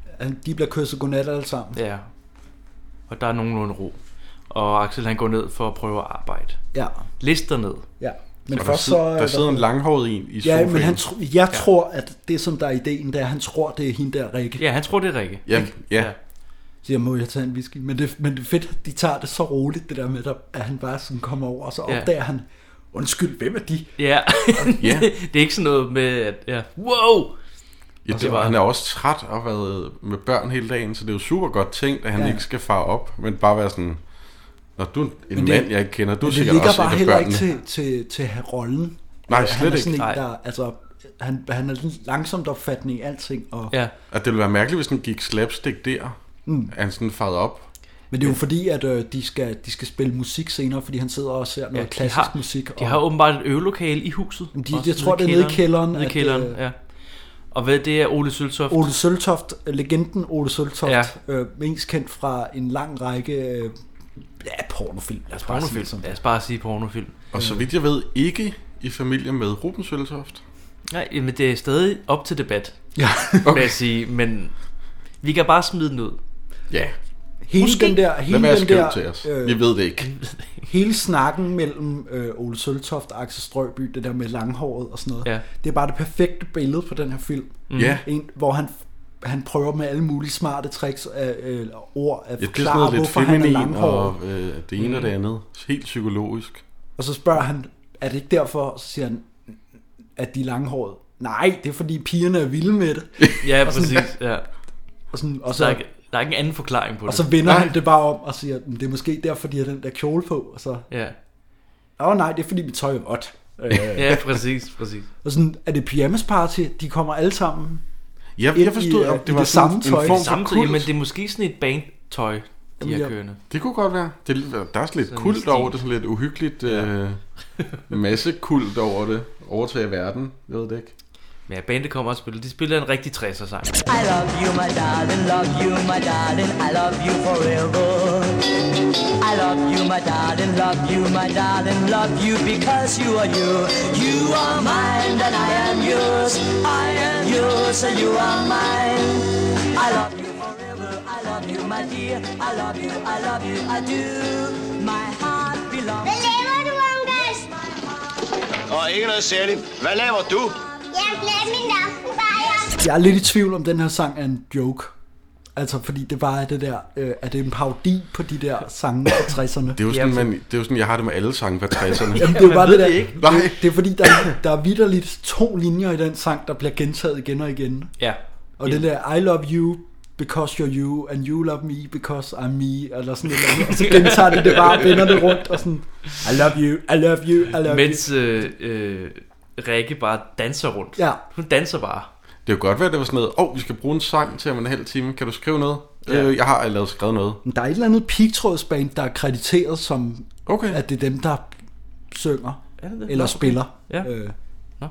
de bliver kysset godnat alle sammen. ja. Og der er nogenlunde ro. Og Axel han går ned for at prøve at arbejde. Ja, Lister ned. ja. Men Og der, først så... sidder, der sidder en langhåret i, i Ja, sofaen. men han tro, jeg tror, at det som der er ideen, det er, at han tror, det er hende der, Rikke. Ja, han tror det er Rikke. Ja, ja. Så jeg må jeg tage en whisky. Men det, men det er fedt, de tager det så roligt, det der med, at han bare sådan kommer over, og så Ja. opdager han, undskyld, hvem er de? Ja. Ja. Det er ikke sådan noget med, at ja, wow! Ja, det var, han er også træt og har været med børn hele dagen, så det er jo super godt tænkt, at han Ja. ja. ikke skal fare op, men bare være sådan, når du er en Men det- mand, jeg ikke kender, du er Men det sikkert ligger også bare et af heller børnene. ikke til, til, til rollen. Nej, Han slet er ikke. sådan en, Nej. der, altså, han, han er langsomt opfattende i alting. Og, Ja. At det ville være mærkeligt, hvis han gik slapstick der, Mm. at han sådan farede op. Men det er jo fordi, at øh, de, skal, de skal spille musik senere, fordi han sidder og ser noget Ja, ja, de klassisk har- musik. De og, har åbenbart et øvelokale i huset. Jamen, de- Også jeg tror, det er nede i kælderen, Nede i at, kælderen, øh, ja. Og hvad det er Ole Søltoft? Ole Søltoft, legenden Ole Søltoft, Ja. ja. øh, mest kendt fra en lang række øh, ja, pornofilm. Lad os bare sige Pornofilm. det sådan. Lad os bare sige pornofilm. Og så vidt jeg ved, ikke i familie med Ruben Søltoft. Nej, men det er stadig op til debat, Ja. okay. vil jeg sige. Men vi kan bare smide den ud. Ja, Hele Måske. den der, lad hele være den skæv der, til os. øh, Vi ved det ikke. hele snakken mellem øh, Ole Søltoft og Axel Strøby, det der med langhåret og sådan noget, Ja. det er bare det perfekte billede på den her film. Ja, En, hvor han, han prøver med alle mulige smarte tricks af øh, ord at ja, det er sådan forklare, noget lidt hvorfor han er feminin langhåret. og øh, det ene Mm. og det andet. Helt psykologisk. Og så spørger han, er det ikke derfor, så siger han, at de er langhåret? Nej, det er fordi pigerne er vilde med det. Ja, Og sådan- præcis. Ja. Og, sådan, og, Så der er, så, ikke, der er ikke en anden forklaring på det. og så vender Nej. han det bare om og siger, det er måske derfor, de har den der kjole på. Og så, Ja. åh nej, det er fordi mit tøj er vådt. Øh, Ja, præcis, præcis. og sådan, er det pyjamas party? De kommer alle sammen. Jeg, Ind jeg forstod, i, øh, at i det var det sådan samme en tøj. form for Samtidig, kult. men det er måske sådan et bandtøj, de Jamen, har ja. kørende. Det kunne godt være. Det, er- der er sådan lidt Sådan kult stil. over det, sådan lidt uhyggeligt øh, masse kult over det. Overtage verden, jeg ved det ikke. Men ja, bandet kommer og spiller. De spiller en rigtig tresser sang. I love you, my darling, love you, my darling, I love you forever. I love you, my darling, love you, my darling, love you because you are you. You are mine and I am yours. I am yours and you are mine. I love you forever. I love you, my dear. I love you, I love you, I do. My heart belongs. Hvad laver du, Ungas? Og ikke noget særligt. Hvad laver du? Jeg glemte min aftenbajer. Jeg er lidt i tvivl om den her sang er en joke. Altså fordi det bare er det der, øh, er det en parodi på de der sange fra tresserne? Det er jo sådan, man, det er jo sådan jeg har det med alle sange fra tresserne. Jamen det er jo bare ved det der, det ikke. det, er- det er fordi der, der er vitterligt to linjer i den sang, der bliver gentaget igen og igen. Ja. Og det der, I love you because you're you, and you love me because I'm me, eller sådan noget andet. Og så gentager det det bare og vender det rundt, og sådan, I love you, I love you, I love Mens øh, øh, Rikke bare danser rundt. you. Ja, Hun danser bare. Det kunne godt være, det var sådan noget, åh, oh, vi skal bruge en sang til om en halv time. Kan du skrive noget? Ja. Ja. Øh, jeg har lavet skrevet noget. men der er et eller andet pigtrådsband, der er krediteret som, Okay. at det er dem, der synger, Er det det? eller Nå, spiller. Ja. Øh, Nå.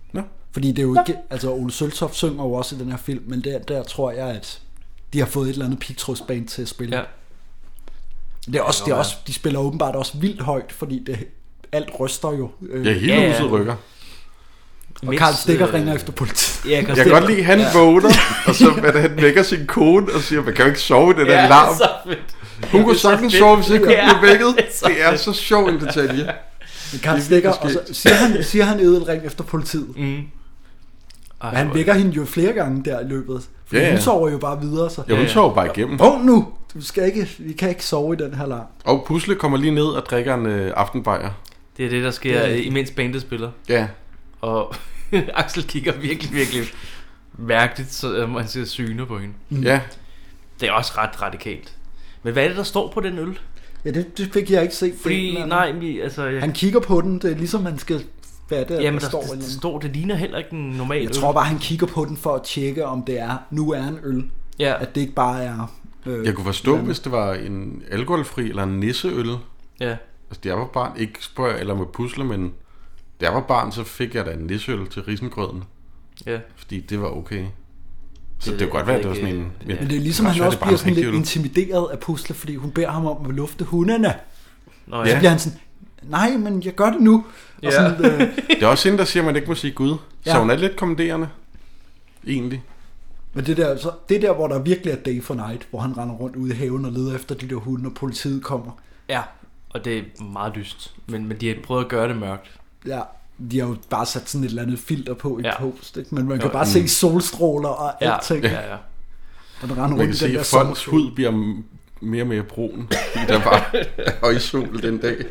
Nå. Fordi det er jo ikke, altså Ole Søltoft synger jo også i den her film, men der, der tror jeg, at de har fået et eller andet pigtrådsband til at spille. Ja. Det er også, det er også, de spiller åbenbart også vildt højt, fordi det, alt ryster jo. Øh. Ja, hele huset ja. rykker. Og Karl Stikker øh... ringer efter politiet. Ja, jeg kan godt lide, han ja. vågner, og så hvad han vækker sin kone og siger, man kan jo ikke sove i det der ja, larm. Hun ja, kunne sagtens sove, hvis ikke hun ja, blev vækket. Det er så sjov en detalje. Men Karl Stikker, og så siger han, siger han edel ring efter politiet. Mm. Ej, han vækker hende jo flere gange der i løbet. For ja, ja. hun sover jo bare videre. Så. Ja, hun sover bare igennem. Vågn nu! Du skal ikke, vi kan ikke sove i den her larm. Og Pusle kommer lige ned og drikker en øh, aftenbajer. Det er det, der sker, ja. imens bandet spiller. Ja. Og Axel kigger virkelig, virkelig mærkeligt, så man ser syne på hende. Mm. Ja. Det er også ret radikalt. Men hvad er det, der står på den øl? Ja, det, det fik jeg ikke set. Fordi, den, nej, vi, altså... Jeg... Han kigger på den, det er ligesom man skal... Hvad er det, Jamen, der, der, står, der, der står, det ligner heller ikke en normal jeg øl. Jeg tror bare, han kigger på den for at tjekke, om det er, nu er en øl. Ja. At det ikke bare er... Øh, jeg kunne forstå, den. Hvis det var en alkoholfri eller en nisseøl. Ja. Altså, det var barn, ikke spørg eller med Pusle, men da jeg var barn, så fik jeg da en nisseøl til risengrøden. Ja. Fordi det var okay. Så det, det kunne godt være, at det var sådan en... Ja. Men det er ligesom, han også bliver sådan lidt intimideret af Pusle, fordi hun beder ham om at lufte hundene. Nå, ja. Så bliver han sådan, nej, men jeg gør det nu. Ja. Og sådan, øh... det er også hende, der siger, at man ikke må sige Gud. Så ja. Hun er lidt kommanderende. Egentlig. Men det der, så, det der, hvor der virkelig er day for night, hvor han render rundt ude i haven og leder efter de der hunde, og politiet kommer. Ja, og det er meget lyst. Men, men de har prøvet at gøre det mørkt. Ja, de har jo bare sat sådan et eller andet filter på i ja. post, ikke? Men man kan jo, bare mm. se solstråler og ja. alting. Ja, ja. Og der render man rundt kan i se, den der at folks hud bliver mere og mere brun, fordi der var højsol den dag.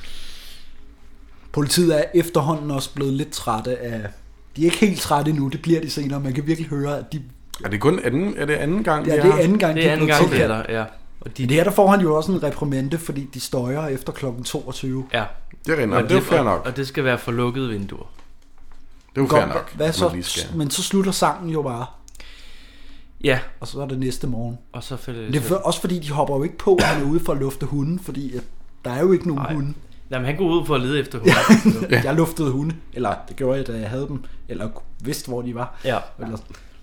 Politiet er efterhånden også blevet lidt trætte af... De er ikke helt trætte endnu, det bliver de senere. Man kan virkelig høre, at de... Er det kun anden, er det anden gang? Ja, det er anden gang, det er anden gang, det er der, ja. Og de... det her, der får han jo også en reprimande, fordi de støjer efter klokken toogtyve. Ja. Det er rent, det er fair nok. Og det skal være for lukkede vinduer. Det er jo fair nok. Hvad så? Men så slutter sangen jo bare. Ja. Og så er det næste morgen. Og så falder det er for, også fordi, de hopper jo ikke på, at han er ude for at lufte hunden, fordi der er jo ikke nogen Nej. hunde. Nej, men han går ud for at lede efter hunde. Ja. Jeg luftede hunde, eller det gjorde jeg, da jeg havde dem, eller vidste, hvor de var. Ja. Eller...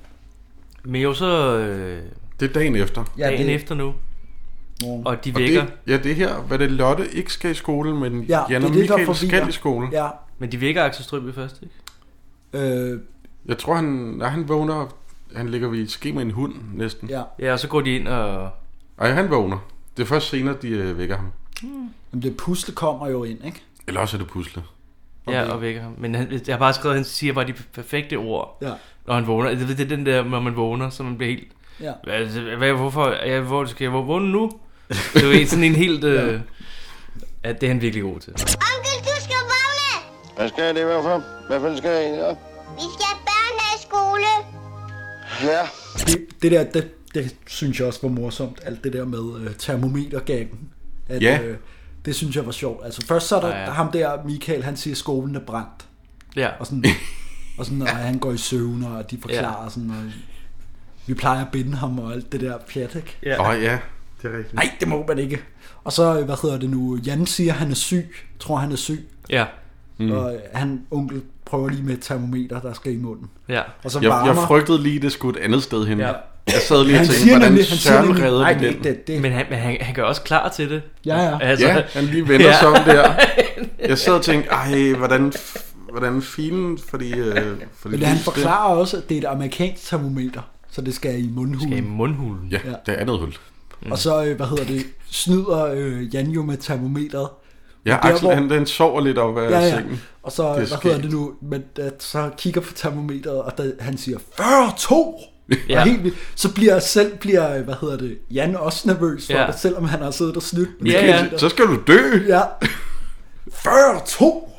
Men jo så... Øh... Det er dagen efter. Ja, dagen det... efter nu. Morgen. Og de vækker... Og det, ja, det her, hvad det Lotte ikke skal i skole, men ja, Jan og Michael skal i skole. Ja. Men de vækker Axel Strøby først, ikke? Øh... Jeg tror, han, når han vågner... Han ligger ved et ske med en hund, næsten. Ja. Ja, og så går de ind og... Ej, han vågner. Det er først senere, de øh, vækker ham. Hmm. Jamen, det Pusle kommer jo ind, ikke? Eller også er det Pusle. Okay. Ja, og vækker ham. Men han, jeg har bare skrevet, at han siger bare de perfekte ord, ja. når han vågner. Det, det er den der, når man vågner, så man bliver helt... Ja. Hvad, hvad, hvorfor? Ja, hvor skal jeg vågne nu? Det er jo sådan en helt... Øh, ja. At det er han virkelig god til. Onkel, du skal vågne! Hvad skal det være for? Hvad fanden skal jeg egentlig op? Vi skal børn af skole. Ja. Det, det der, det, det synes jeg også var morsomt. Alt det der med øh, termometergængen. At, ja. øh, det synes jeg var sjovt. Altså først så er der, ja, ja. der ham der, Michael, han siger, at skolen er brændt. Ja. Og sådan, og sådan og han går i søvn, og de forklarer ja. sådan, og vi plejer at binde ham og alt det der pjat, ikke? Ja. Åh oh, ja, det er rigtigt. Nej, det må man ikke. Og så, hvad hedder det nu, Jan siger, at han er syg. Tror han er syg. Ja. Mm. Og han, onkel, prøver lige med et termometer, der skal i munden. Ja. Og så jeg, jeg frygtede lige, det skulle et andet sted hen. Ja. Jeg sad lige og tænkte, hvordan nemlig, Søren redder nej, det, det, det, det. Men han, men han, han gør også klar til det. Ja, ja. Altså, ja, han lige vender sig om der. Jeg sad og tænkte, ej, hvordan, hvordan filen, fordi... Øh, fordi men han forklarer også, at det er et amerikansk termometer, så det skal i mundhulen. Det skal i mundhulen. Ja, ja. Det er andet hul. Mm. Og så, hvad hedder det, snyder øh, Jan jo med termometeret. Ja, der, Axel, hvor... han den sover lidt op af ja, ja. sengen. Og så, hvad skægt. hedder det nu, men at, så kigger på termometeret, og der, han siger, fyrre og to! Ja. Og helt, så bliver selv, bliver, hvad hedder det, Jan også nervøs for ja. det, selvom han har siddet og snydt. Ja, ja. Så skal du dø! Ja. fyrre og to!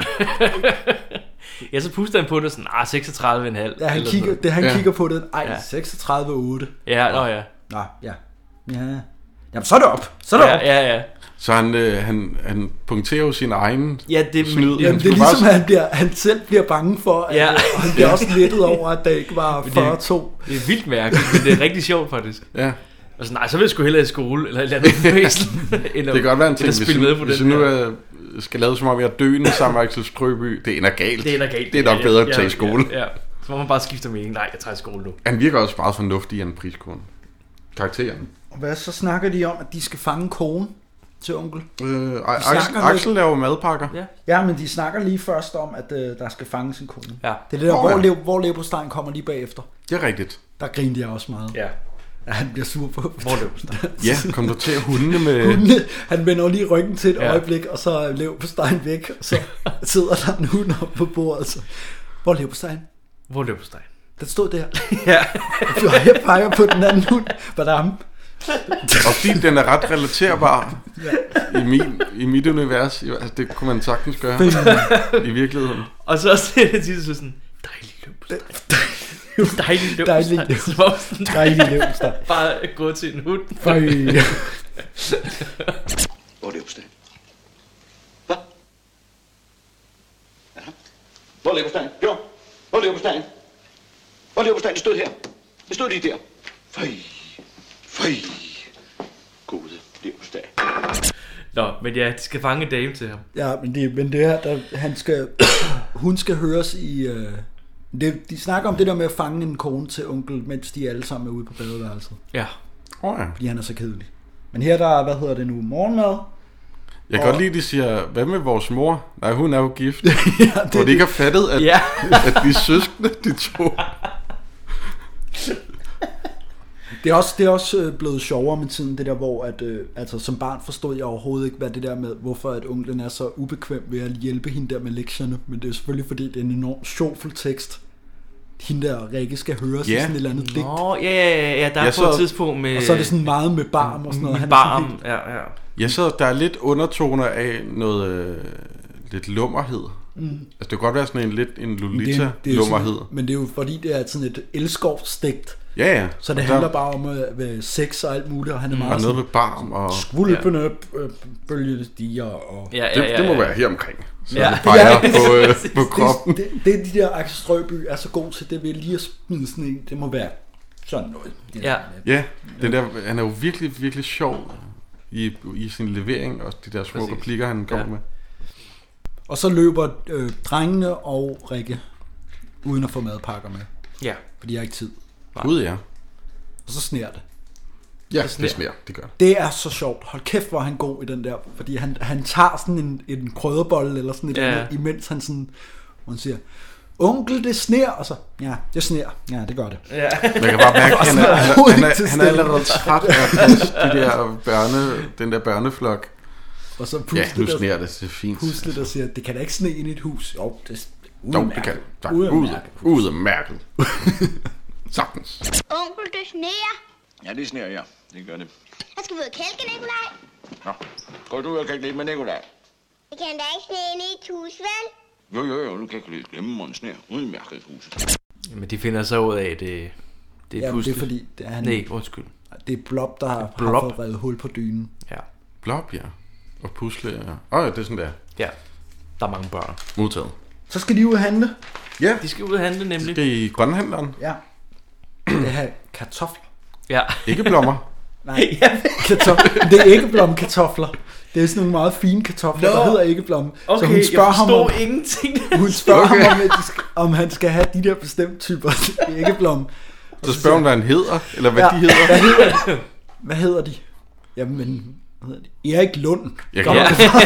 Ja, så puster han på det sådan, ah, seksogtredive komma fem. Ja, han, kigger, det, han ja. kigger på det, ej, ja. seksogtredive komma otte. Ja, nå ja. Nå, ja. Ja. Jamen, så er det op. Så er det ja, op. Ja, ja. Så han, øh, han, han punkterer jo sin egen ja, det, snyd. Jamen, det er ligesom, at han, bliver, han selv bliver bange for, at, ja. og han bliver også lettet over, at der ikke var fyrre og to. Det, det er vildt mærkeligt, men det er rigtig sjovt faktisk. Ja. Altså, nej, så vil jeg sgu hellere i skole, eller et eller andet. Det kan godt være en ting, hvis, med på hvis den nu er skal lade som om jeg er døende sammen med Axel Strøby. Det ender galt. Det ender galt. Det er nok ja, bedre at ja, tage i skole. Ja, ja. Så må man bare skifte mening. Nej, jeg tager i skole nu. Han virker også meget fornuftig i en priskone. Karakteren. Og hvad så snakker de om, at de skal fange konen til onkel? Øh, Axel, Axel laver madpakker. Ja. Ja, men de snakker lige først om, at øh, der skal fanges en kone. Ja. Det er det der, Oh, hvor, ja. lev, hvor leverpostejen kommer lige bagefter. Det er rigtigt. Der griner jeg også meget. Ja. Ja, han bliver sur på. Hvor leverpostejen? Ja, kom du til at hunde med... Hunde, han vender lige ryggen til et Ja. øjeblik, og så er leverpostejen væk, og så sidder der en hund oppe på bordet. Så. Hvor er leverpostejen? Hvor leverpostejen? Den stod der. Ja. Og jeg peger på den anden hund. Badam. Og fordi den er ret relaterbar i, min, i mit univers. Altså, det kunne man sagtens gøre i virkeligheden. Og så også til sidst sådan, dejlig leverpostej. Dejlig leverpostej. Dejlig Dejlig leverpostej. Bare gå til en hund. Føj. Hvor er leverpostejen? Hvad? Ja. Hvor er leverpostejen? Jo. Hvor er leverpostejen? Hvor er leverpostejen? Det stod her. Det stod lige der. Føj. Føj. Gode leverpostej. Nå, men ja, de skal fange en dame til ham. Ja, men det, men det her, der, han skal, hun skal høres i... Øh, det, de snakker om det der med at fange en kone til onkel, mens de alle sammen er ude på badeværelset. Ja. Oh, ja. Fordi han er så kedelig. Men her der er, hvad hedder det nu, morgenmad. Jeg kan og... godt lide, de siger, hvad med vores mor? Nej, hun er jo gift. ja, det... Hvor de ikke har fattet, at, ja. at de er søskende, de to. Det er også, det er også blevet sjovere med tiden, det der, hvor at, øh, altså, som barn forstod jeg overhovedet ikke, hvad det der med, hvorfor at onklen er så ubekvem ved at hjælpe hende der med lektierne. Men det er selvfølgelig, fordi det er en enormt sjovfuld tekst. Hende der Rikke skal høre sig yeah. sådan et eller andet digt. Nå, ja, ja, ja, der er jeg på så... et tidspunkt med... Og så er det sådan meget med barm og sådan noget. Med Han barm, helt... ja, ja. Jeg så, der er lidt undertoner af noget, øh, lidt lummerhed. Mm. Altså, det kan godt være sådan en lidt en Lolita-lummerhed. Men det er jo fordi, det er sådan et elskovstigt. Ja, ja. Så det og handler der... bare om uh, sex og alt muligt, og han er mm. meget og noget med barm og... skvulpende ja. bølgestiger og... Ja, ja, ja, ja. Det, det må være her omkring. Så ja. det peger på, øh, på kroppen. Det, det, det, de der Axel Strøby er så god til, det vil lige at smide sådan en, det må være sådan noget. Ja, ja det der, han er jo virkelig, virkelig sjov i, i sin levering, og de der små replikker, han kommer ja. med. Og så løber øh, drengene og Rikke, uden at få madpakker med. Ja. Fordi jeg har ikke tid. Gud ja. Og så sner det. Ja, det sner, det, sner, det gør det. er så sjovt. Hold kæft, hvor han god i den der. Fordi han, han tager sådan en, en krydderbolle, eller sådan et ja. andet, imens han sådan, hvor han siger, onkel, det sner, og så, ja, det sner, ja, det gør det. Ja. Man kan bare mærke, han er, han, er, han, er, han er allerede træt af de der børne, den der børneflok. Og så ja, nu sner det, det er fint. Pusle, der siger, det kan da ikke sne ind i et hus. Jo, det er jo, det kan det. Ud af mærket. Sagtens. Onkel, det sneer. Ja, det sneer, ja. Det gør det. Jeg skal ud og kælke, Nikolaj. Nå, går du ud og kælke lidt med Nikolaj? Det kan da ikke sne ind i et hus, vel? Jo, jo, jo, nu kan jeg lidt glemme, hvor en sneer. Udmærket huset. Men de finder så ud af, det, det er ja, pludselig. det er fordi, det er han... Nej, undskyld. Det er Blob, der har, Blob. har fået revet hul på dynen. Ja. Blob, ja. Og pusle, ja. Åh, oh, ja, det er sådan der. Ja, der er mange børn. Modtaget. Så skal de ud og handle. Ja. De skal ud og handle, nemlig. Skal i grønhandleren. Ja. Det her kartofler. Ja. Ikke blommer. Nej, kartofler. Det er æggeblomkartofler. Det er sådan nogle meget fine kartofler, no. der hedder æggeblom. Okay, så hun spørger jeg ham om, ingenting. Hun spørger okay. ham om, om han skal have de der bestemte typer æggeblom. Så spørger hun, hvad han hedder, eller hvad ja, de hedder. Hvad hedder de? Hvad hedder de? Jamen, hvad hedder de? Erik Lund. Jeg kan ja.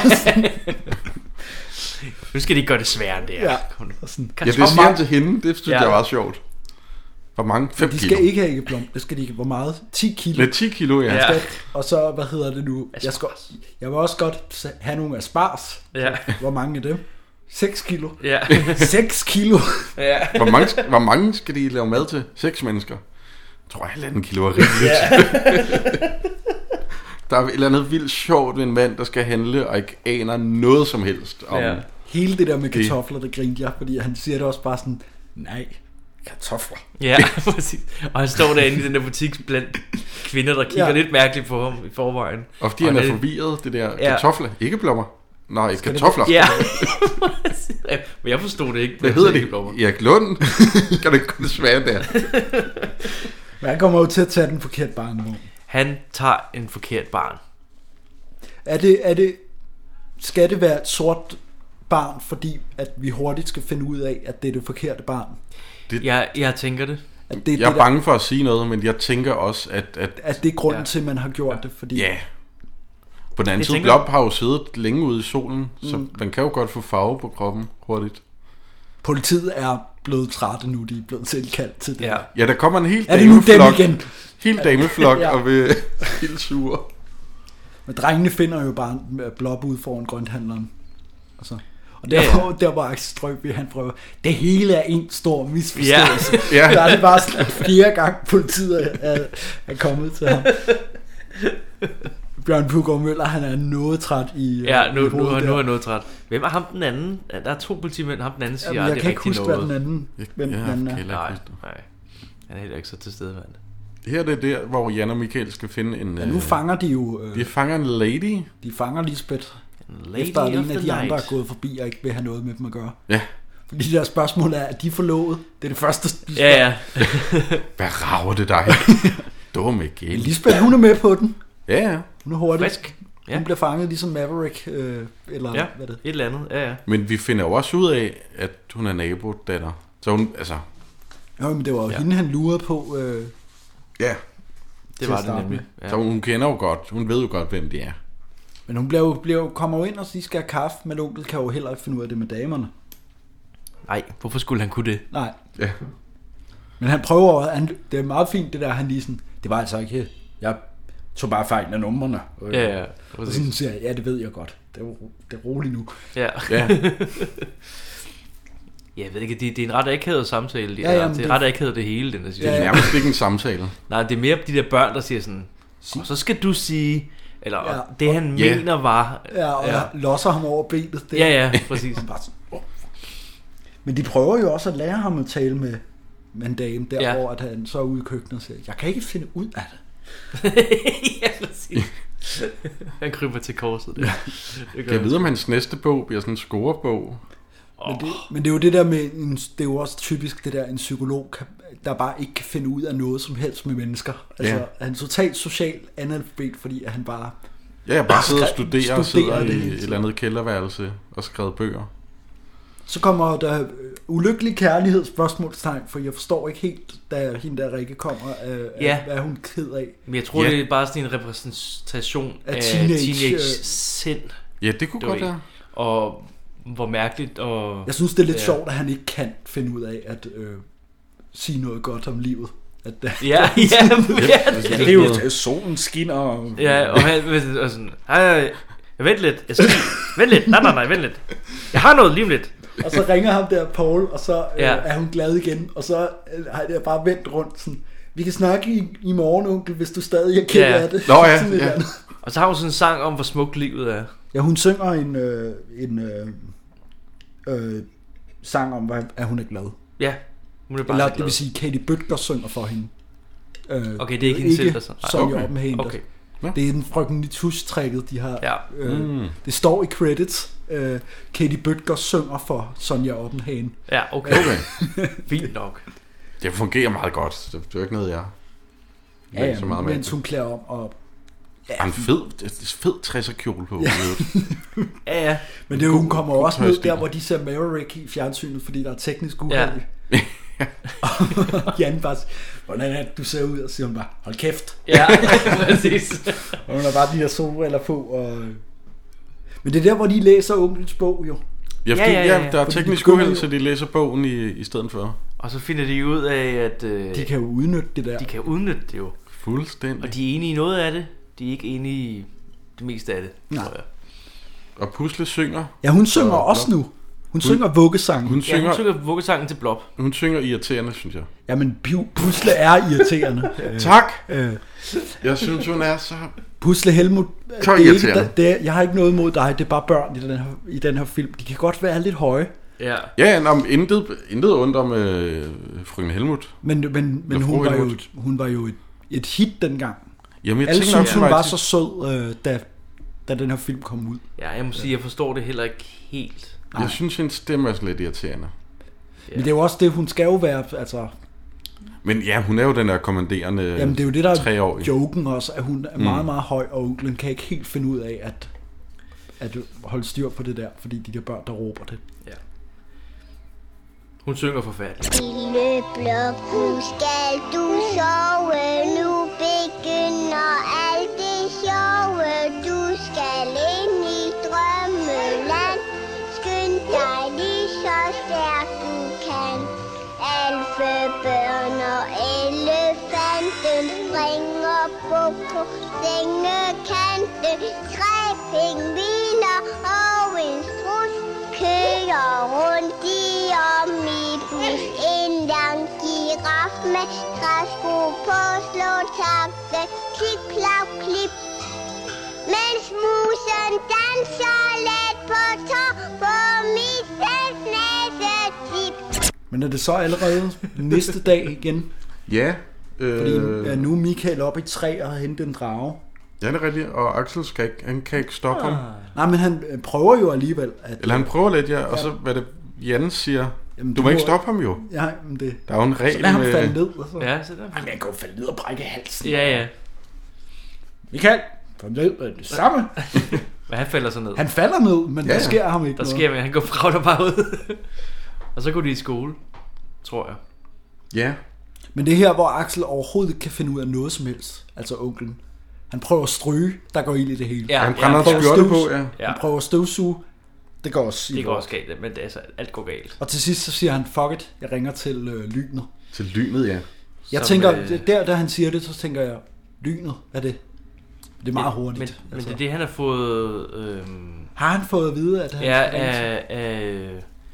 Nu skal de ikke gøre det sværere end det er. Ja, ja det siger han til hende. Det synes ja. jeg var sjovt. Hvor mange? fem de kilo? De skal ikke have æggeblom. Det skal de ikke. Hvor meget? ti kilo. Med ti kilo, ja. ja. Og så, hvad hedder det nu? Jeg, skal, jeg vil også godt have nogle asparges. Ja. Hvor mange af dem? seks kilo. Ja. seks kilo. Ja. Hvor mange, hvor mange skal de lave mad til? seks mennesker. Jeg tror, halvanden kilo er rigeligt. Ja. Der er et eller andet vildt sjovt ved en mand, der skal handle, og ikke aner noget som helst om... Ja. Hele det der med kartofler, der grinte jeg, fordi han siger det også bare sådan, nej, kartofler. Ja, præcis. Og han står derinde i den der butik blandt kvinder, der kigger ja. lidt mærkeligt på ham i forvejen. Og fordi og han er det... forvirret, det der ja. kartofler, ikke blommer. Nej, skal kartofler. Det... Ja. Men jeg forstod det ikke. Hvad hedder det? Erik Lund? Kan det ikke svære der? Men han kommer jo til at tage den forkerte barn. Han tager en forkert barn. Er det, er det skal det være et sort barn, fordi at vi hurtigt skal finde ud af, at det er det forkerte barn? Det, jeg, jeg tænker det. At det jeg er det, bange for at sige noget, men jeg tænker også, at... At, at det er grunden ja. til, at man har gjort det, fordi... Ja. På den anden jeg side, tænker... Blob har jo siddet længe ude i solen, så mm. man kan jo godt få farve på kroppen hurtigt. Politiet er blevet trætte nu, de er blevet tilkaldt til det. Ja, ja der kommer en hel er det nu dameflok, dem igen? Helt dameflok ja. og vil helt sure. Men drengene finder jo bare Blob ude foran grønthandleren. Og så... Og der, ja, ja. der var Axel Strøby, han prøver, det hele er en stor misforståelse. Ja. Der er det bare sådan, flere gange politiet er, er kommet til ham. Bjørn Puggaard Møller, han er noget træt i Ja, nu, i nu, nu er han noget træt. Hvem er ham den anden? Der er to politimænd, ham den anden siger, Jamen, jeg det kan er ikke huske, noget. hvad den anden, hvem ja, den anden er. Nej, nej, han er heller ikke så tilstedeværende. Her er det der, hvor Jan og Michael skal finde en... Ja, nu fanger de jo... Øh, de fanger en lady. De fanger Lisbeth. Lady efter at en af de night. andre er gået forbi og ikke vil have noget med dem at gøre. Ja. Fordi det der spørgsmål er, at de forlovet. Det er det første, de Ja, ja. Hvad rager det dig? Dumme Michael. Lisbeth, hun er med på den. Ja, ja. Hun er hurtig. Frisk. Ja. Hun bliver fanget ligesom Maverick, øh, eller Ja, hvad det et eller andet. Ja, ja. Men vi finder jo også ud af, at hun er nabodatter. Så hun, altså... Jo, men det var jo Ja. hende, han lurede på. Øh, Ja. Det var det nemlig. Ja. Så hun kender jo godt, hun ved jo godt, hvem de er. Men hun bliver jo, bliver jo, kommer jo ind, og de skal have kaffe, men onkel kan jo heller ikke finde ud af det med damerne. Nej, hvorfor skulle han kunne det? Nej. Ja. Men han prøver, han, det er meget fint det der, han lige sådan, det var altså ikke, jeg tog bare fejl af numrene. Og, Ja, ja. og sådan siger jeg, ja, det ved jeg godt. Det er, det er roligt nu. Ja. Ja. Jeg ved ikke, det, det er en ret akavet samtale. Ja, Ja, jamen, det er det- ret akavet det hele, den der siger. Det er nærmest ikke en samtale. Nej, det er mere de der børn, der siger sådan, og så skal du sige, eller Ja. ja. det han Ja. mener var... Ja, og ja. losser ham over benet. Det, Ja, ja, præcis. Han bare sådan, oh. Men de prøver jo også at lære ham at tale med, med en dame, der Ja. hvor at han så er ude i køkkenet og siger, jeg kan ikke finde ud af det. Ja, præcis. Han kryber til korset. Det. Det Kan jeg vide, om hans næste bog bliver sådan en scorebog? Men det, men det er jo det der med, en, det er jo også typisk det der, en psykolog, kan, der bare ikke kan finde ud af noget som helst med mennesker. Altså, Ja. han er totalt social analfabet, fordi at han bare... Ja, jeg bare sidder og skrev- studerer og studerer sidder det i hele et eller andet kælderværelse og skrevet bøger. Så kommer der øh, ulykkelig kærlighed spørgsmålstegn, for jeg forstår ikke helt, da hende der Rikke kommer, øh, Ja. hvad er hun ked af. Men jeg tror, Ja. det er bare sådan en repræsentation Af af teenage, teenage, øh, sind. Ja, det kunne Du godt ved. være. Og hvor mærkeligt og... Jeg synes, det er lidt Ja. sjovt, at han ikke kan finde ud af at øh, sige noget godt om livet. At, øh, Ja, ja, ja, ja, det er jo det er solen skinner. Og, ja, og han og sådan, ej, vent lidt, jeg skal, vent lidt, nej, nej, nej, vent lidt. Jeg har noget lige om lidt. Og så ringer ham der Paul, og så øh, Ja. er hun glad igen, og så øh, har jeg bare vendt rundt sådan, vi kan snakke i, i morgen, onkel, hvis du stadig er ked Ja. af det. Nå ja, Sådan et ja. eller andet. Og så har hun sådan en sang om, hvor smukt livet er. Ja, hun synger en, øh, en øh, øh, sang om, hvad- at hun er glad. Ja, hun er bare Eller så det glad. vil sige, Katie Bøtger synger for hende. Øh, Okay, det er ikke hende selv, der synger. Nej, Sonja okay. Oppenhagen. Okay. Det er den frøken Nitush-trækket, de har. Ja. Øh, Mm. Det står i credits. Øh, Katie Bøtger synger for Sonja Oppenhagen. Ja, okay. Okay. Fint nok. Det fungerer meget godt. Det det er jo ikke noget, jeg Ja, ved ja, så meget med. mens hun klæder om. Og, Ja, en fed, det er fed tresser kjole på. Ja. Ja, ja. men det er jo, hun God- kommer god også ned tøjstil. der, hvor de ser Maverick i fjernsynet, fordi der er teknisk Ja. uheld. Og Jan bare siger, hvordan er det, du ser ud? Og siger hun bare, hold kæft. Ja, præcis. Og hun har bare de her solbriller på. Og... Men det er der, hvor de læser onklens bog, jo. Ja, fordi, Ja, ja, ja, ja. ja, der er Fordi de teknisk begynder uheld, jo- så de læser bogen i, i stedet for. Og så finder de ud af, at øh, De kan jo udnytte det der. de kan udnytte det jo. Fuldstændig. Og de er enige i noget af det. De er ikke enige i det meste af det, Nej. tror jeg. Og Pusle synger. Ja, hun synger Og- også nu. Hun synger vuggesangen. Hun Ja, synger, hun synger vuggesangen til Blob. hun synger irriterende, synes jeg. Jamen, Pu- Pusle er irriterende. Øh, Tak! øh, Jeg synes, hun er så... Pusle Helmut, Så det er ikke, irriterende. det er, jeg har ikke noget imod dig, det er bare børn i den her, i den her film. De kan godt være lidt høje, Ja. Ja, nå, men intet, intet ondt om øh, frøken Helmut. men, men, men Eller hun, fru var jo, Helmut. hun var jo et, et hit dengang. Jamen, jeg Alle tænker synes, også, hun var et- så sød, øh, da, da den her film kom ud. Ja, jeg må sige, jeg forstår det heller ikke helt. Jeg synes, hendes stemme er sådan lidt irriterende. Men det er jo også det, hun skal jo være, altså... Men ja, hun er jo den der kommanderende Jamen det er jo det, der tre år. er joken også, at hun er Mm. meget, meget høj, og onklen kan ikke helt finde ud af, at, at holde styr på det der, fordi de der børn, der råber det. Ja. Hun synger forfærdeligt. Lille blok, nu skal du sove, nu begynder alt det sjove. Du skal ind i drømmeland, skynd dig lige så stærkt du kan. Alfe, børn og elefanten springer på på sengekanten. Tre pingviner og en strus kører rundt i omnibus. En lang giraf med træsko på slå takte. Klip, klap, klip. Mens musen danser let på tå på missens næsetip. Men er det så allerede næste dag igen? Ja. Øh... Fordi er nu Michael oppe i træ og har hentet en drage. Ja, det er rigtigt. Og Axel skal ikke, han kan ikke stoppe ah. ham. Nej, men han prøver jo alligevel. At, Eller han prøver lidt, ja. Og så, hvad det Jan siger, Jamen, du, du må ikke stoppe ham jo. Ja, men det... Der er jo en regel så lad ham med... falde ned. Og så. Ja, så der... Jamen, jeg kan jo falde ned og brække halsen. Ja, ja. Michael, fald ned. Det samme. Men han falder så ned. Han falder ned, men ja, der sker ham ikke der noget. sker, men han går fra der bare ud. Og så går de i skole, tror jeg. Ja. Men det er her, hvor Axel overhovedet ikke kan finde ud af noget som helst. Altså onklen. Han prøver at stryge, der går ild i det hele. Ja, han brænder en skjorte på, ja. ja. Han prøver at støvsuge, det går også Det går også galt, men det er, altså, alt går galt. Og til sidst så siger han, fuck it, jeg ringer til øh, lynet. Til lynet, ja. Jeg som, tænker, øh... der da han siger det, så tænker jeg, lynet, hvad er det? Det er meget men, hurtigt. Men, altså. men det er det, han har fået... Øh... Har han fået at vide, at han ja, af, af,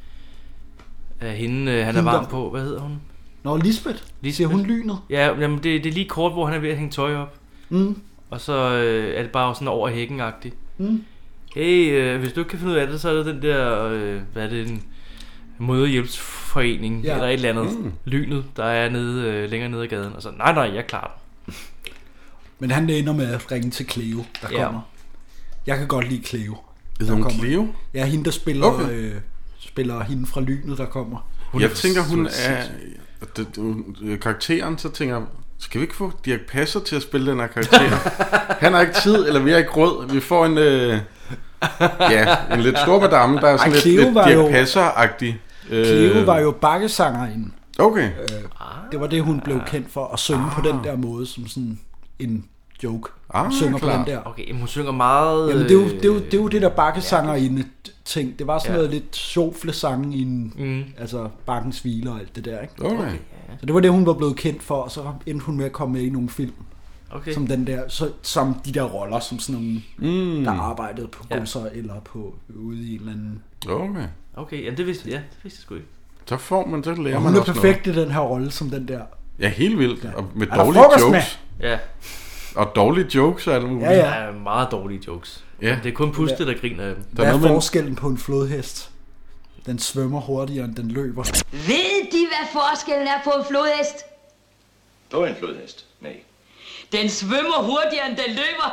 af hende, han hende, er varm på. Hvad hedder hun? Nå, Lisbeth. Lisbeth. Siger hun lynet? Ja, jamen det, det er lige kort, hvor han er ved at hænge tøj op. Mm. Og så øh, er det bare sådan over hækken-agtigt. Mm. Hey, øh, hvis du ikke kan finde ud af det, så er det den der, øh, hvad er det, en moderhjælpsforening, ja. Eller et eller andet, mm. lynet, der er nede, øh, længere nede ad gaden. Og så, nej, nej, jeg klarer det. Men han ender med at ringe til Cleo, der ja. kommer. Jeg kan godt lide Cleo. Er hun Cleo? Ja, hende, der spiller, okay. øh, spiller hende fra lynet, der kommer. Hun jeg er, tænker, hun er... Det, det, karakteren, så tænker jeg, skal vi ikke få Dirch Passer til at spille den her karakter? Han har ikke tid, eller vi har ikke råd. Vi får en... Øh, ja, en lidt stor madame, der er sådan Ej, lidt, lidt Dirch Passer-agtig. Cleo var jo bakkesangerinde. Okay. Øh, det var det, hun blev kendt for, at synge ah. på den der måde, som sådan en joke. Ah, hun synger klar. på den der. Okay, hun synger meget... Jamen, det er jo det, er jo, det, er jo det der bakkesangerinde ting. Det var sådan ja. noget lidt sjovfle-sang i en, mm. altså Bakkens Hvile og alt det der, ikke? Okay. Så det var det, hun var blevet kendt for, og så endte hun med at komme med i nogle film. Okay. Som den der, så, som de der roller, som sådan nogle, mm. der arbejdede på ja. godser eller på ude i en eller anden... Okay. Okay, ja, det vidste, ja, det vidste jeg sgu ikke. Så får man, så lærer og man hun også er perfekt noget. I den her rolle, som den der... Ja, helt vildt. Ja. Og med er dårlige jokes. Ja. Og dårlige jokes er det muligt. Ja, ja. ja, meget dårlige jokes. Ja. Det er kun Puste, der griner af dem. Hvad er forskellen på en flodhest? Den svømmer hurtigere, end den løber. Ved de, hvad forskellen er på en flodhest? På en flodhest? Nej. Den svømmer hurtigere, end den løber.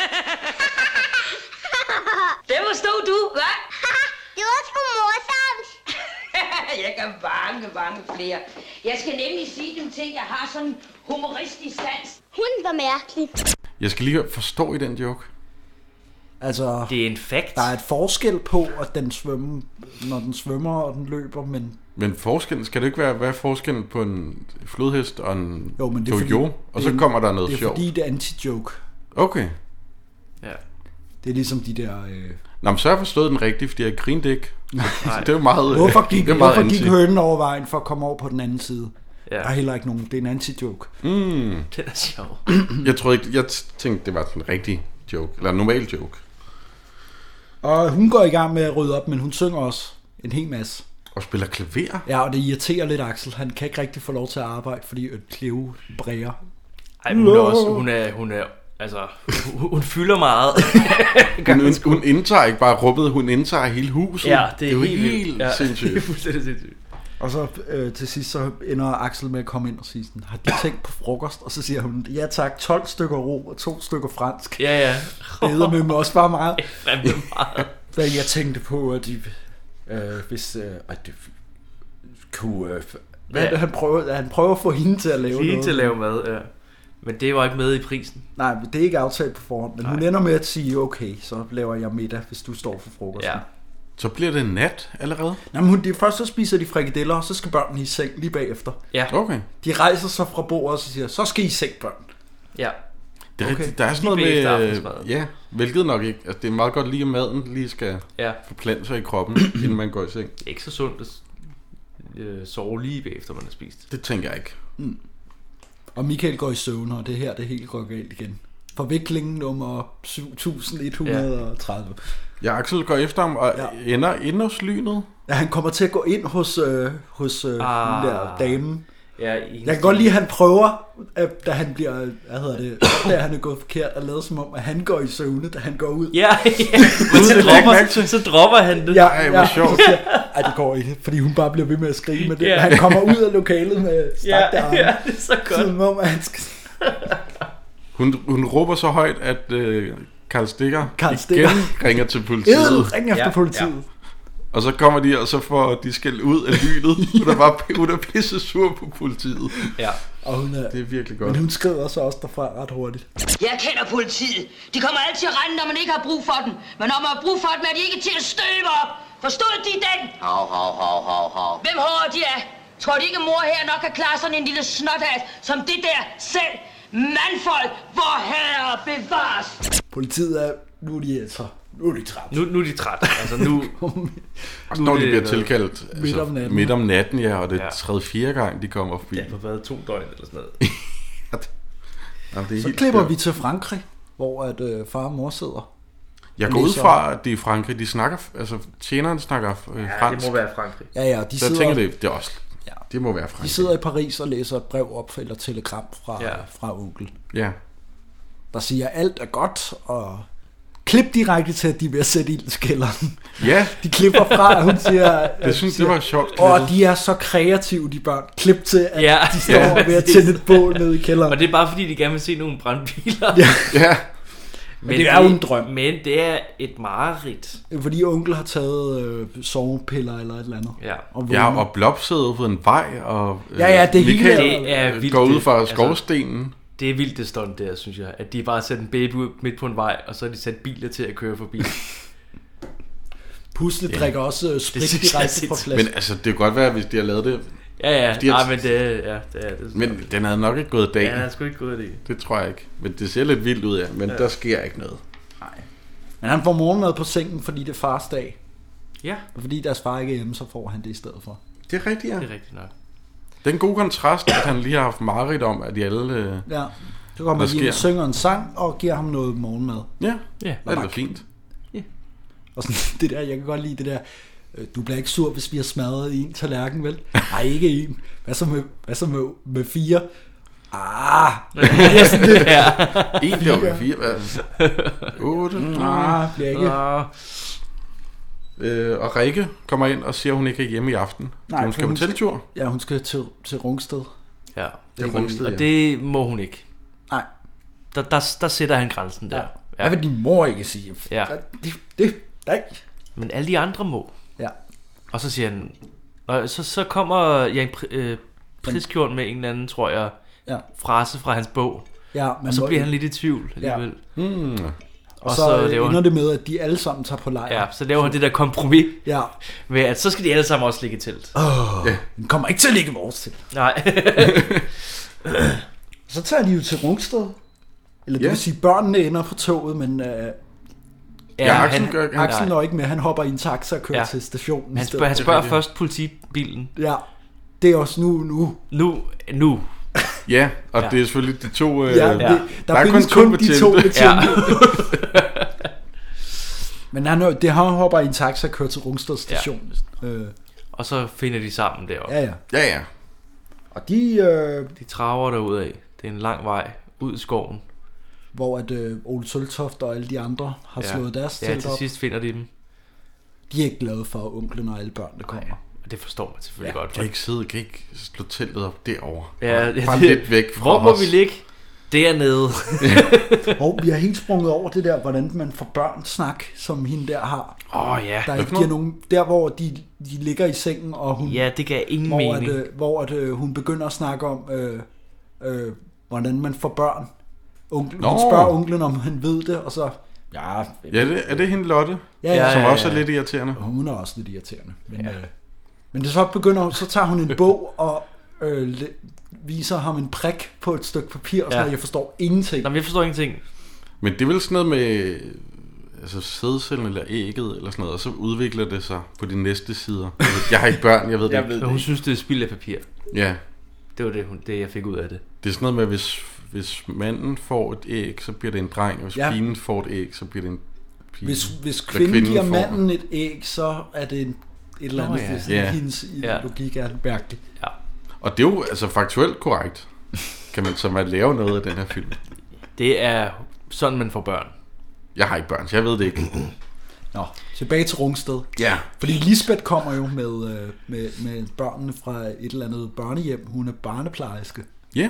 Det forstod du, hva'? Det var sgu morsomt. Jeg kan mange, mange flere. Jeg skal nemlig sige dem ting, jeg har sådan humoristisk sans. Hun var mærkelig. Jeg skal lige forstå i den joke. Altså, det er en fact. Der er et forskel på, at den svømmer, når den svømmer og den løber, men... Men forskellen, skal det ikke være, hvad er forskellen på en flodhest og en jo, men det er jojo? fordi, og så en, kommer der noget sjovt. Det er sjov. Fordi det er anti-joke. Okay. Ja. Det er ligesom de der... Øh... Nå, men så har jeg forstået den rigtigt, fordi jeg grinte ikke. det er jo meget... Hvorfor gik, det hvorfor gik hønen over vejen for at komme over på den anden side? Ja. Der er heller ikke nogen... Det er en anti-joke. Mm. Det er sjovt. jeg troede ikke... Jeg tænkte, det var sådan en rigtig joke. Eller en normal joke. Og hun går i gang med at rydde op, men hun synger også en hel masse. Og spiller klaver? Ja, og det irriterer lidt Axel. Han kan ikke rigtig få lov til at arbejde, fordi Cleo bræger. Ej, hun er også... Hun er... Hun er altså, hun, hun fylder meget. hun, hun indtager ikke bare rummet, hun indtager hele huset. Ja, det er, det er jo helt, helt ja, sindssygt. Det er fuldstændig sindssygt. Og så øh, til sidst så ender Axel med at komme ind og sige sådan, har de tænkt på frokost? Og så siger hun, ja tak, tolv stykker ro og to stykker fransk. Ja, ja. Det æder med mig også bare meget. Det meget. Men jeg tænkte på, at de, øh, hvis øh, at de kunne... Øh, hvad ja. det, han prøver, han prøver at få hende til at lave hende noget. til at lave mad, ja. Men det var ikke med i prisen. Nej, det er ikke aftalt på forhånd, men Nej. hun ender med at sige, okay, så laver jeg middag, hvis du står for frokosten. Ja. Så bliver det nat allerede? Jamen, hun, de, først så spiser de frikadeller, og så skal børnene i seng lige bagefter. Ja. Okay. De rejser sig fra bordet og så siger, så skal I i seng, børn. Ja. Det er Okay. rigtigt. Der er sådan noget med... Ja, hvilket nok ikke... Altså, det er meget godt lige, at maden lige skal Ja. forplante sig i kroppen, inden man går i seng. Det er ikke så sundt at øh, sove lige bagefter, man har spist. Det tænker jeg ikke. Mm. Og Michael går i søvn, og det her, det helt går galt igen. Forviklingen nummer syv tusind et hundrede og tredive. Ja, Axel går efter ham og ja. ender inde hos lynet. Ja, han kommer til at gå ind hos, øh, hos øh, Ah. den der dame. Ja, jeg kan godt lide, at han prøver, at, da han bliver, hvad hedder det, da han er gået forkert, at lade som om, at han går i søvne, da han går ud. Ja, ja. Men så, dropper, så dropper han det. Ja, Ej, hvor ja, sjovt. så siger, ej, det går ikke, fordi hun bare bliver ved med at skrige med det. Ja. Han kommer ud af lokalet med strakte Ja, arme. ja, det er så godt. Som om, at han skal... Hun, hun råber så højt, at øh, Karl Stikker Karl igen Stikker. ringer til politiet. Ed, ring efter Ja, politiet. ja. Og så kommer de, og så får de skæld ud af lynet. Hun er bare hun er pisse sur på politiet. Ja. Og hun er, Det er virkelig godt. men hun skrider så også derfra ret hurtigt. Jeg kender politiet. De kommer altid at rende, når man ikke har brug for dem. Men når man har brug for dem, er de ikke til at støve op. Forstod de den? Hav, hav, hav, hav, hav. Hvem hårder de er? Tror de ikke, mor her nok kan klare sådan en lille snothat som det der selv? Mandfolk, hvor herre bevares. Politiet er, nu er de altså, nu er de træt. Nu, nu er de trætte. Altså nu... Og så når de det- bliver tilkaldt Midt altså, om natten. midt om natten, ja, og det er Ja. tredje fjerde gang, de kommer forbi. Det har været to døgn eller sådan noget. Jamen, det er Så helt klipper skørt. vi til Frankrig, hvor at øh, far og mor sidder. Jeg går ud læser- fra, at det er i Frankrig. De snakker, altså tjeneren snakker øh, Ja, fransk. det må være Frankrig. Ja, ja, de Så jeg sidder, tænker, det, det er også... Ja. Det må være de Frankrig. sidder i Paris og læser et brev op, eller telegram fra, Ja. fra onkel. Ja. Der siger, at alt er godt, og klip direkte til, at de er ved at sætte ild i kælderen. Ja, De klipper fra, at hun siger... det synes det var sjovt. Og klippet. de er så kreative, de børn. Klip til, at Ja. de står Ja, ved at tænde et bål nede i kælderen. Og det er bare fordi, de gerne vil se nogle brandbiler. Ja. Ja, Men det er jo en drøm. Men det er et mareridt. Fordi onkel har taget øh, sovepiller eller et eller andet. Ja. Og ja, vågner. og Blob sidder ude på en vej, og øh, Ja, ja, det hele Michael er- Det er vildt. går ud det. fra Altså, skovstenen. Det er vildt det stunt der, synes jeg. At de bare sætter en baby ud midt på en vej, og så har de sat biler til at køre forbi. Pusle Ja. drikker også øh, sprit synes jeg er direkte fra sindssygt. flasken. Men altså, det kan godt være, hvis de har lavet det. Ja, ja. De har- Nej, men det, ja, det er det. Men den havde nok ikke gået dagen. Ja, han skulle ikke gå det. Det tror jeg ikke. Men det ser lidt vildt ud, ja. Men ja. der sker ikke noget. Men han får morgenmad på sengen, fordi det er fars dag. Ja, Og fordi deres far ikke er hjemme, så får han det i stedet for. Det er rigtigt, ja. det er rigtigt nok. Det er en god kontrast, at han lige har haft mareridt om, at de alle... Øh... Ja. Så kommer Hvad de ind og sker? synger en sang og giver ham noget morgenmad. Ja, Ja. det er fint. Og sådan det der, jeg kan godt lide det der, øh, du bliver ikke sur, hvis vi har smadret en tallerken, vel? Nej, ikke en. Hvad så med, hvad så med, med fire? Ah! Det er sådan lidt, Ja. En der var fire. Hvad? Otte. ah, bliver ikke. Ah, Øh, og Rikke kommer ind og siger, at hun ikke er hjemme i aften. Nej, Nej, hun for skal på hun skal- teltur. Ja, hun skal til, til Rungsted. ja. Det er Rungsted, ja. Og det må hun ikke. Nej. Der, der, der sætter han grænsen der. Ja. Hvad vil din mor ikke sige? Ja. Det, det, nej. Men alle de andre må. Ja. Og så siger han... Og så, så kommer Jan Pri- øh, Priskjorn med en eller anden, tror jeg, Ja. frase fra hans bog. Ja, Og så bliver han lidt i tvivl alligevel. Mm. og, og så, så så laver ender han- det med, at de alle sammen tager på lejr. Ja, så laver han det der kompromis Ja. med, at så skal de alle sammen også ligge i telt. Oh, ja. Den kommer ikke til at ligge i vores til. Nej. Så tager de jo til Rungsted. Eller det Ja. vil sige, børnene ender på toget, men øh, Ja, Axel gør- han- Axel nej. når ikke med. Han hopper i en taxa og kører Ja. til stationen. i Han stedet spørger, han for. spørger rigtigt. først politibilen. Ja, det er også nu, nu. Nu, nu. Ja, og Ja. det er selvfølgelig de to... Øh, Ja, ja. det, der, Der er findes kun to kun de to betjente. betjente. Men han, er- det, han hopper i en taxa og kører til Rungsted station. Ja. Øh, Og så finder de sammen deroppe. ja, ja. Ja, ja. Og de, øh, De traver derudad. Det er en lang vej ud i skoven. hvor at, øh, Ole Søltoft og alle de andre har Ja. slået deres Ja, telt til op. sidst finder de dem. De er ikke glade for, at onklen og alle børnene kommer. Og det forstår man selvfølgelig Ja. godt. Kan ikke sidde, kan ikke slå teltet op derovre. Ja, Bare, det- bare lidt væk fra Hvor må os. vi ligge? Dernede. Og vi har helt sprunget over det der, hvordan man får børn snak, som hende der har. Åh oh, ja. Der Hvad for giver noget? nogen, der hvor de, de ligger i sengen, og hun, Ja, det gav ingen hvor, at, mening. øh, hvor at, øh, hun begynder at snakke om, øh, øh, hvordan man får børn. Onkel, Nå. hun spørger onklen, om han ved det, og så... Ja, Ja, det, er det hende Lotte? Ja, ja, som ja, ja. også er lidt irriterende. Hun er også lidt irriterende. Men, ja. øh, men det så begynder, så tager hun en bog og øh, le, viser ham en prik på et stykke papir, og sådan Ja. noget. Jeg forstår ingenting. Nå, men jeg forstår ingenting. Men det er vel sådan noget med altså sædcellen eller ægget eller sådan noget, og så udvikler det sig på de næste sider. Jeg har ikke børn, jeg ved det jeg ikke. ved det. Hun synes, det er spild af papir. Ja. Det var det, hun, det, jeg fik ud af det. Det er sådan noget med, hvis, hvis manden får et æg, så bliver det en dreng, og hvis Ja. ja. pigen får et æg, så bliver det en pige. Hvis, hvis Eller kvinden giver får manden et æg, så er det en, et eller andet. Nå, ja. Det er sådan, Ja. hendes Ja. logik er mærkelig. Ja. Og det er jo altså faktuelt korrekt, kan man så man lave noget af den her film. Det er sådan, man får børn. Jeg har ikke børn, så jeg ved det ikke. Nå, tilbage til Rungsted. Ja. Fordi Lisbeth kommer jo med, øh, med, med børnene fra et eller andet børnehjem. Hun er barneplejerske. Ja.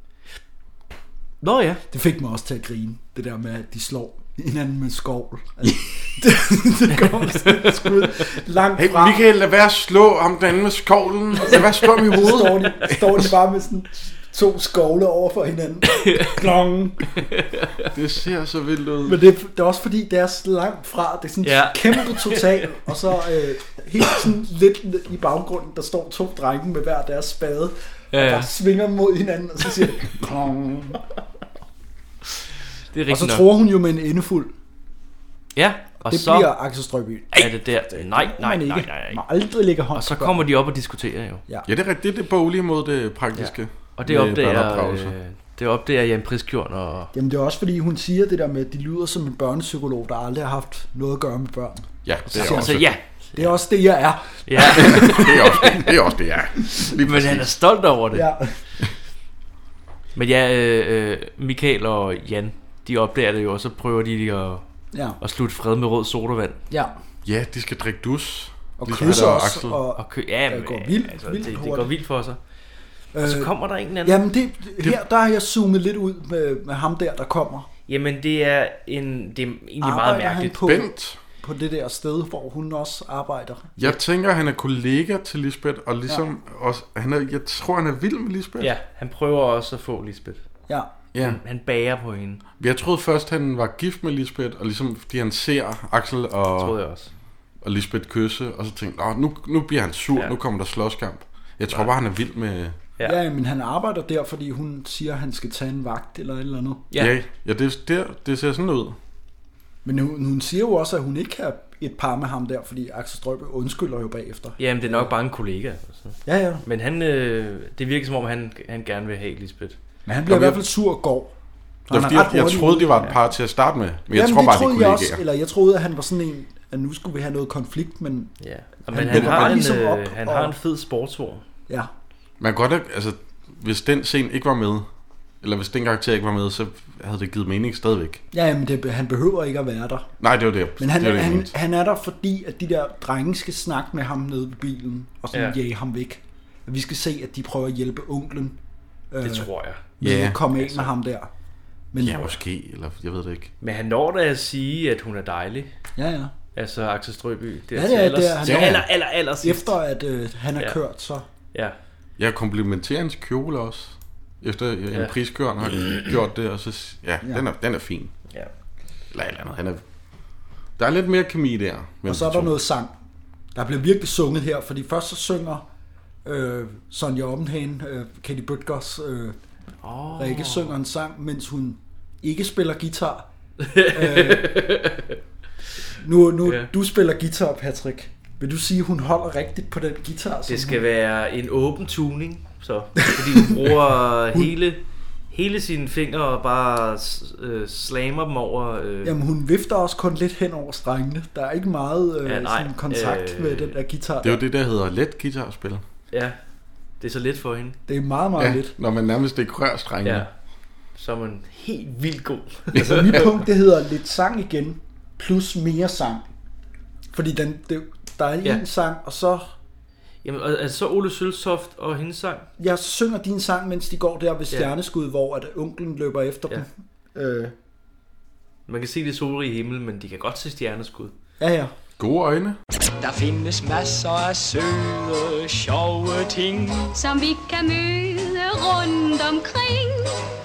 Nå ja. Det fik mig også til at grine. Det der med, at de slår hinanden med skovl. Altså, det, det kommer sådan et skud langt Hey, fra. Michael, lad være at slå ham derinde med skovlen. Lad være at slå ham i hovedet. Står de, står de bare med sådan to skovle over for hinanden. Klong. Det ser så vildt ud. Men det, det er også fordi, det er så langt fra. Det er sådan Ja. ja. kæmpe total. Og så øh, helt sådan lidt i baggrunden, der står to drenge med hver deres spade. Ja, Og ja. bare svinger mod hinanden, og så siger det klong. Det er Og rigtigt så nok. tror hun jo med en endefuld. Ja, og Det så bliver Axel Strøby. er det der. Nej, nej, nej, nej, nej. Man aldrig lægger hånd Og så på kommer de op og diskuterer jo. Ja. Ja, det er rigtigt. Det er det boglige mod det praktiske. Ja. Og det opdager, øh, det opdager Jan Priskjorn og... Jamen det er også fordi hun siger det der med, at de lyder som en børnepsykolog, der aldrig har haft noget at gøre med børn. Ja, det er Så- også Altså ja. Det er også det, jeg er. Ja. det, er også, det er også det, jeg er. Lige Men præcis. han er stolt over det. Ja. Men ja, øh, øh, Michael og Jan, de opdager det jo, og så prøver de at, Ja. at slutte fred med rød sodavand. Ja. Ja, de skal drikke dus. Og Ligesom kysser der os. Axel. Og, Og kø- ja, det men, går vildt, altså, vildt det, det hurtigt. går vildt for sig. Og så Øh, kommer der en anden. Jamen det, her der har jeg zoomet lidt ud med, med ham der, der kommer. Jamen det er en, det er egentlig meget Arbejder han mærkeligt. på, Bent. på det der sted, hvor hun også arbejder? Jeg tænker, han er kollega til Lisbeth, og ligesom ja. også, han er, jeg tror, han er vild med Lisbeth. Ja, han prøver også at få Lisbeth. Ja. Ja. Han, han bager på hende. Jeg troede først, han var gift med Lisbeth, og ligesom fordi han ser Axel Det og, troede jeg også. og Lisbeth kysse, og så tænkte jeg, nu, nu bliver han sur, Ja. ja. nu kommer der slåskamp. Jeg tror Nej. bare, han er vild med... Ja. Ja, men han arbejder der, fordi hun siger, at han skal tage en vagt eller et eller andet. Ja. Ja, ja det, det, det ser sådan ud. Men hun, hun siger jo også, at hun ikke har et par med ham der, fordi Axel Strøby undskylder jo bagefter. Jamen det er nok bare en kollega. Altså. Ja, ja. Men han, øh, det virker som om, han, han gerne vil have Lisbeth. Men han bliver Jamen, i hvert fald sur og går. Så Det han var, er fordi, jeg, ret jeg hurtig troede, ude. det var et par til at starte med, men jeg Jamen, tror det bare, det troede er jeg kollegaer. også, eller jeg troede, at han var sådan en, at nu skulle vi have noget konflikt, men Ja. Han Men han, lukker har bare en, ligesom op øh, han og- har en fed sportsvogn. ja. Man kan godt have, altså, hvis den scene ikke var med, eller hvis den karakter ikke var med, så havde det givet mening stadigvæk. Ja, men det, han behøver ikke at være der. Nej, det var det. Men han, det var det, jeg han, mente. han er der, fordi at de der drenge skal snakke med ham nede ved bilen, og sådan Ja. jage ham væk. Og vi skal se, at de prøver at hjælpe onklen Det øh, tror jeg. med Ja. at komme af med ham der. Men Ja, måske, eller jeg ved det ikke. Men han når da at sige, at hun er dejlig. ja, ja. Altså Axel Strøby. Det er, Ja, det er- aller, det er- han til er- aller, aller, aller sidst. Efter at øh, han er Ja. kørt, så... Ja. Jeg komplimenterer hans kjole også. Efter en Ja. priskøren har gjort det, og så... s- Ja, Ja. Den, er, den er fin. Ja. Eller et eller andet. Han er, der er lidt mere kemi der. mellem Og så er de der to. noget sang. Der bliver virkelig sunget her, fordi først så synger øh, Sonja Oppenhagen, øh, Katie Bøtgers øh, Oh. Rikke synger en sang, mens hun ikke spiller guitar. øh, nu nu Ja. du spiller guitar, Patrick. Vil du sige, at hun holder rigtigt på den guitar? som Det skal hun... være en åben tuning, så. Fordi hun bruger hele, hele sine fingre og bare øh, slammer dem over... Øh, Jamen, hun vifter også kun lidt hen over strengene. Der er ikke meget øh, Ja, nej. sådan kontakt Øh, med den der guitar. Det er jo der. det, der hedder let guitarspil. ja, det er så let for hende. Det er meget, meget Ja, lidt. når man nærmest dekorerer strengene. Ja. Så er man helt vildt god. Altså, mit punkt, det hedder lidt sang igen, plus mere sang. Fordi den, det, der er en Ja. sang, og så, Jamen, og, altså så Ole Søltoft og hendes sang. ja, så synger din sang, mens de går der ved Ja. stjerneskud, hvor at onklen løber efter Ja. dem. Øh, Man kan se det solrige himmel, men de kan godt se stjerneskud. ja, ja. Gode øjne. Der findes masser af søde, sjove ting, som vi kan møde rundt omkring.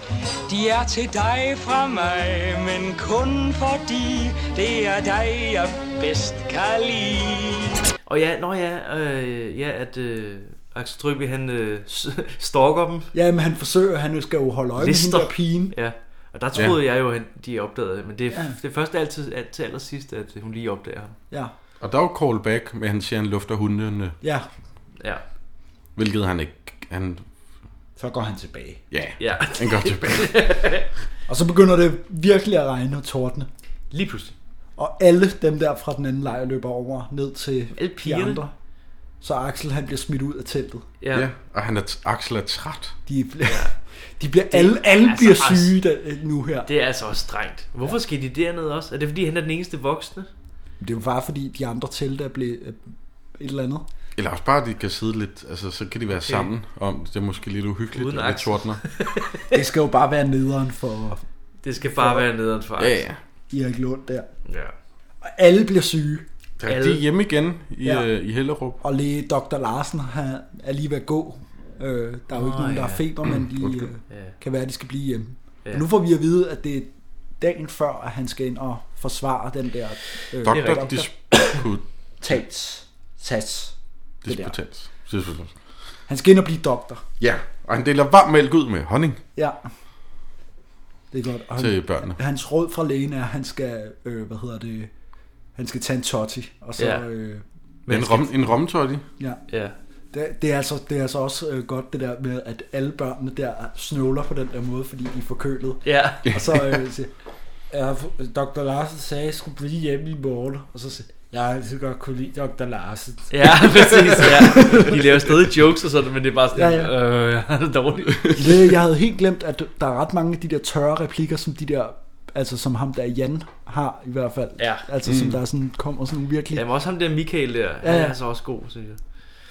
De er til dig fra mig, men kun fordi det er dig, jeg bedst kan lide. Og ja, nå ja, øh, ja at øh, Axel Strøby, han øh, stalker dem. Ja, men han forsøger, han skal jo holde øje Lister. med hende der pigen. Ja, og der troede ja. jeg jo, at de opdagede det, men det er, ja. det er først altid alt, til allersidst, at hun lige opdager ham. Ja. Og der er jo callback med, at han siger, at han lufter hundene. Ja. Ja. Hvilket han ikke... Han... Så går han tilbage. Ja, ja. han går tilbage. Og så begynder det virkelig at regne og tordne. Lige pludselig. Og alle dem der fra den anden lejr løber over ned til alle de andre. Så Axel han bliver smidt ud af teltet. Ja, ja og han er Axel er træt. De bliver, de bliver det, alle, alle altså bliver syge der, nu her. Det er altså også strengt. Hvorfor ja. skal de dernede også? Er det fordi han er den eneste voksne? Det er jo bare fordi de andre telte er blevet et eller andet. Eller også bare, at de kan sidde lidt, altså så kan de være okay. sammen om, det er måske lidt uhyggeligt, uden lidt tordner. Det skal jo bare være nederen for... Det skal bare for, være nederen for Axel. Ja, ja. Erik Lund der. Ja. Og alle bliver syge. Ja, de er hjemme igen i, ja. øh, i Hellerup. Og læge doktor Larsen har, er lige ved at gå. Øh, der er jo ikke oh, nogen, der ja. har feber, men de øh, kan være, at de skal blive hjemme. Ja. Og nu får vi at vide, at det er dagen før, at han skal ind og forsvare den der... Øh, doktor Disputats. Sats. Disputats. Han skal ind og blive doktor. Ja, og han deler varm mælk ud med honning. Ja. Det er godt. Og til han, børnene. Hans råd fra lægen er, at han skal, øh, hvad hedder det, han skal tage en totti. Og så, ja. øh, en, rom, en romtotti? Ja. ja. Det, det, er altså, det er altså også øh, godt det der med, at alle børnene der snøvler på den der måde, fordi de er forkølet. Ja. Og så øh, siger, ja, doktor Larsen sagde, at jeg skulle blive hjemme i morgen. Og så siger jeg har altid godt kunne lide doktor Larsen. Ja, præcis, ja. De laver stadig jokes og sådan, men det er bare sådan, ja, ja. øh, ja, det er dårligt. Det, jeg havde helt glemt, at der er ret mange af de der tørre replikker, som de der, altså som ham der Jan har i hvert fald. Ja. Altså mm. som der sådan kommer sådan nogle virkelig... Ja, men også ham der Michael der, ja, ja. han er altså også god, synes jeg.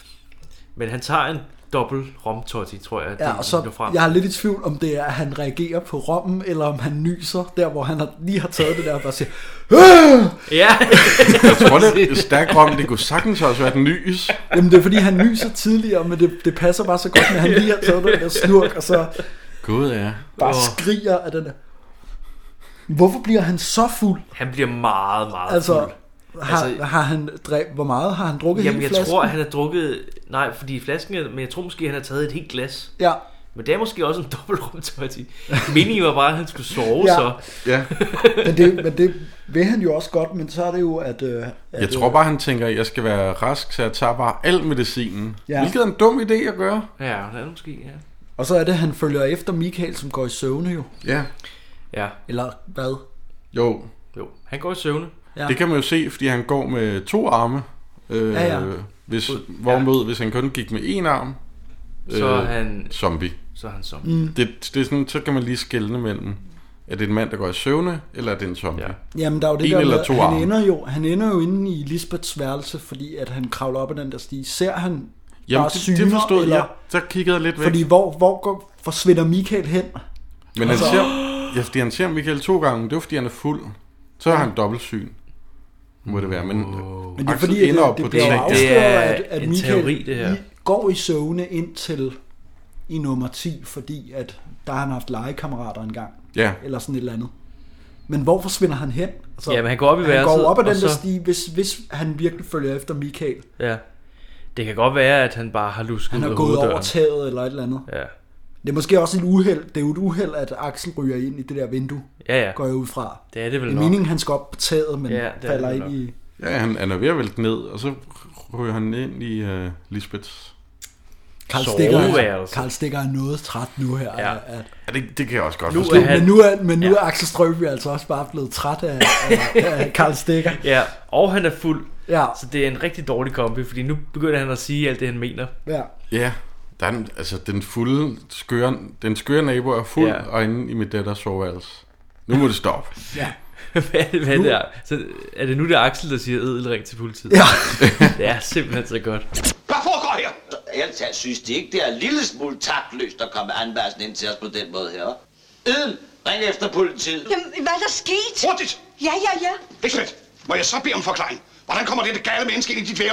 Men han tager en dobbelt romtotti, tror jeg. Ja, og så frem. Jeg er lidt i tvivl, om det er, at han reagerer på rommen, eller om han nyser, der hvor han har, lige har taget det der og bare siger, Åh! Ja. Jeg tror, det er stærk rom, det kunne sagtens også være den nys. Jamen det er fordi, han nyser tidligere, men det, det passer bare så godt, at han lige har taget det der slurk, og så God, ja. bare oh. skriger af den der. Hvorfor bliver han så fuld? Han bliver meget, meget altså, fuld. Har, altså, har han dræb, hvor meget har han drukket? Jamen, hele jeg flasken? tror, han har drukket... Nej, fordi flasken... Men jeg tror måske, han har taget et helt glas. Ja. Men det er måske også en dobbelt rumtotti. Meningen var bare, at han skulle sove, ja. så... Ja. men, det, men det vil han jo også godt, men så er det jo, at... Øh, at jeg tror bare, han tænker, at jeg skal være rask, så jeg tager bare al medicinen. Ja. Hvilket er en dum idé at gøre. Ja, det er det måske, ja. Og så er det, han følger efter Michael, som går i søvne jo. Ja. Ja. Eller hvad? Jo. Jo, han går i søvne. Ja. Det kan man jo se, fordi han går med to arme. Øh, ja, ja. Hvis, hvorimod, ja. hvis han kun gik med en arm, så er øh, han zombie. Så er han zombie. Mm. Det, det er sådan, så kan man lige skelne mellem, er det en mand, der går i søvne, eller er det en zombie? Ja. Jamen, der er jo det en der eller med, to han arme. ender jo, han ender jo inde i Lisbeths værelse, fordi at han kravler op ad den der stige. Ser han Jamen, bare det, syner, det forstod eller, jeg. Så kiggede jeg lidt væk. Fordi hvor, hvor går, forsvinder Michael hen? Men han ser, ja, fordi han ser Michael to gange, det er fordi han er fuld. Så er han dobbeltsyn. Må det være, men, oh. men det er fordi, at det, det, det bliver afsløret, at, at Michael teori, det her. går i søvne ind til i nummer ti, fordi at der har han haft legekammerater engang. Ja. Eller sådan et eller andet. Men hvor forsvinder han hen? Altså, ja, men han går op i værelset. Han går op ad den så... der stige, hvis, hvis han virkelig følger efter Michael. Ja. Det kan godt være, at han bare har lusket ud af hoveddøren. Han har gået over taget eller et eller andet. Ja. Det er måske også et uheld. Det er jo et uheld, at Axel ryger ind i det der vindue. Ja, ja. Går jeg ud fra. Det er det vel nok. Det er meningen, han skal op på taget, men ja, falder ind i... Ja, han, han er ved at vælte ned, og så ryger han ind i uh, Lisbeths Karl Stikker, Karl Stikker er noget træt nu her. Ja, at, ja det, det kan jeg også godt nu forstå. Men nu er, men nu ja. er Axel Strøby altså også bare blevet træt af, af, af Karl Stikker. Ja, og han er fuld. Ja. Så det er en rigtig dårlig kombi, fordi nu begynder han at sige alt det, han mener. Ja. Ja, der er en, altså den fulde skøre, den skøre nabo er fuld, ja. Og inde i mit datters soveværelse. Nu må det stoppe. Ja. hvad, hvad er det? Så er det nu, det er Axel, der siger edelring til politiet? Ja. Det er simpelthen så godt. Hvad foregår her? Jeg synes det ikke, det er en lille smule taktløst at komme anværsen ind til os på den måde her. Edel, ring efter politiet. Jamen, hvad er der sket? Hurtigt! Ja, ja, ja. Lisbeth, må jeg så bede om forklaring? Hvordan kommer det gale menneske ind i dit værelse?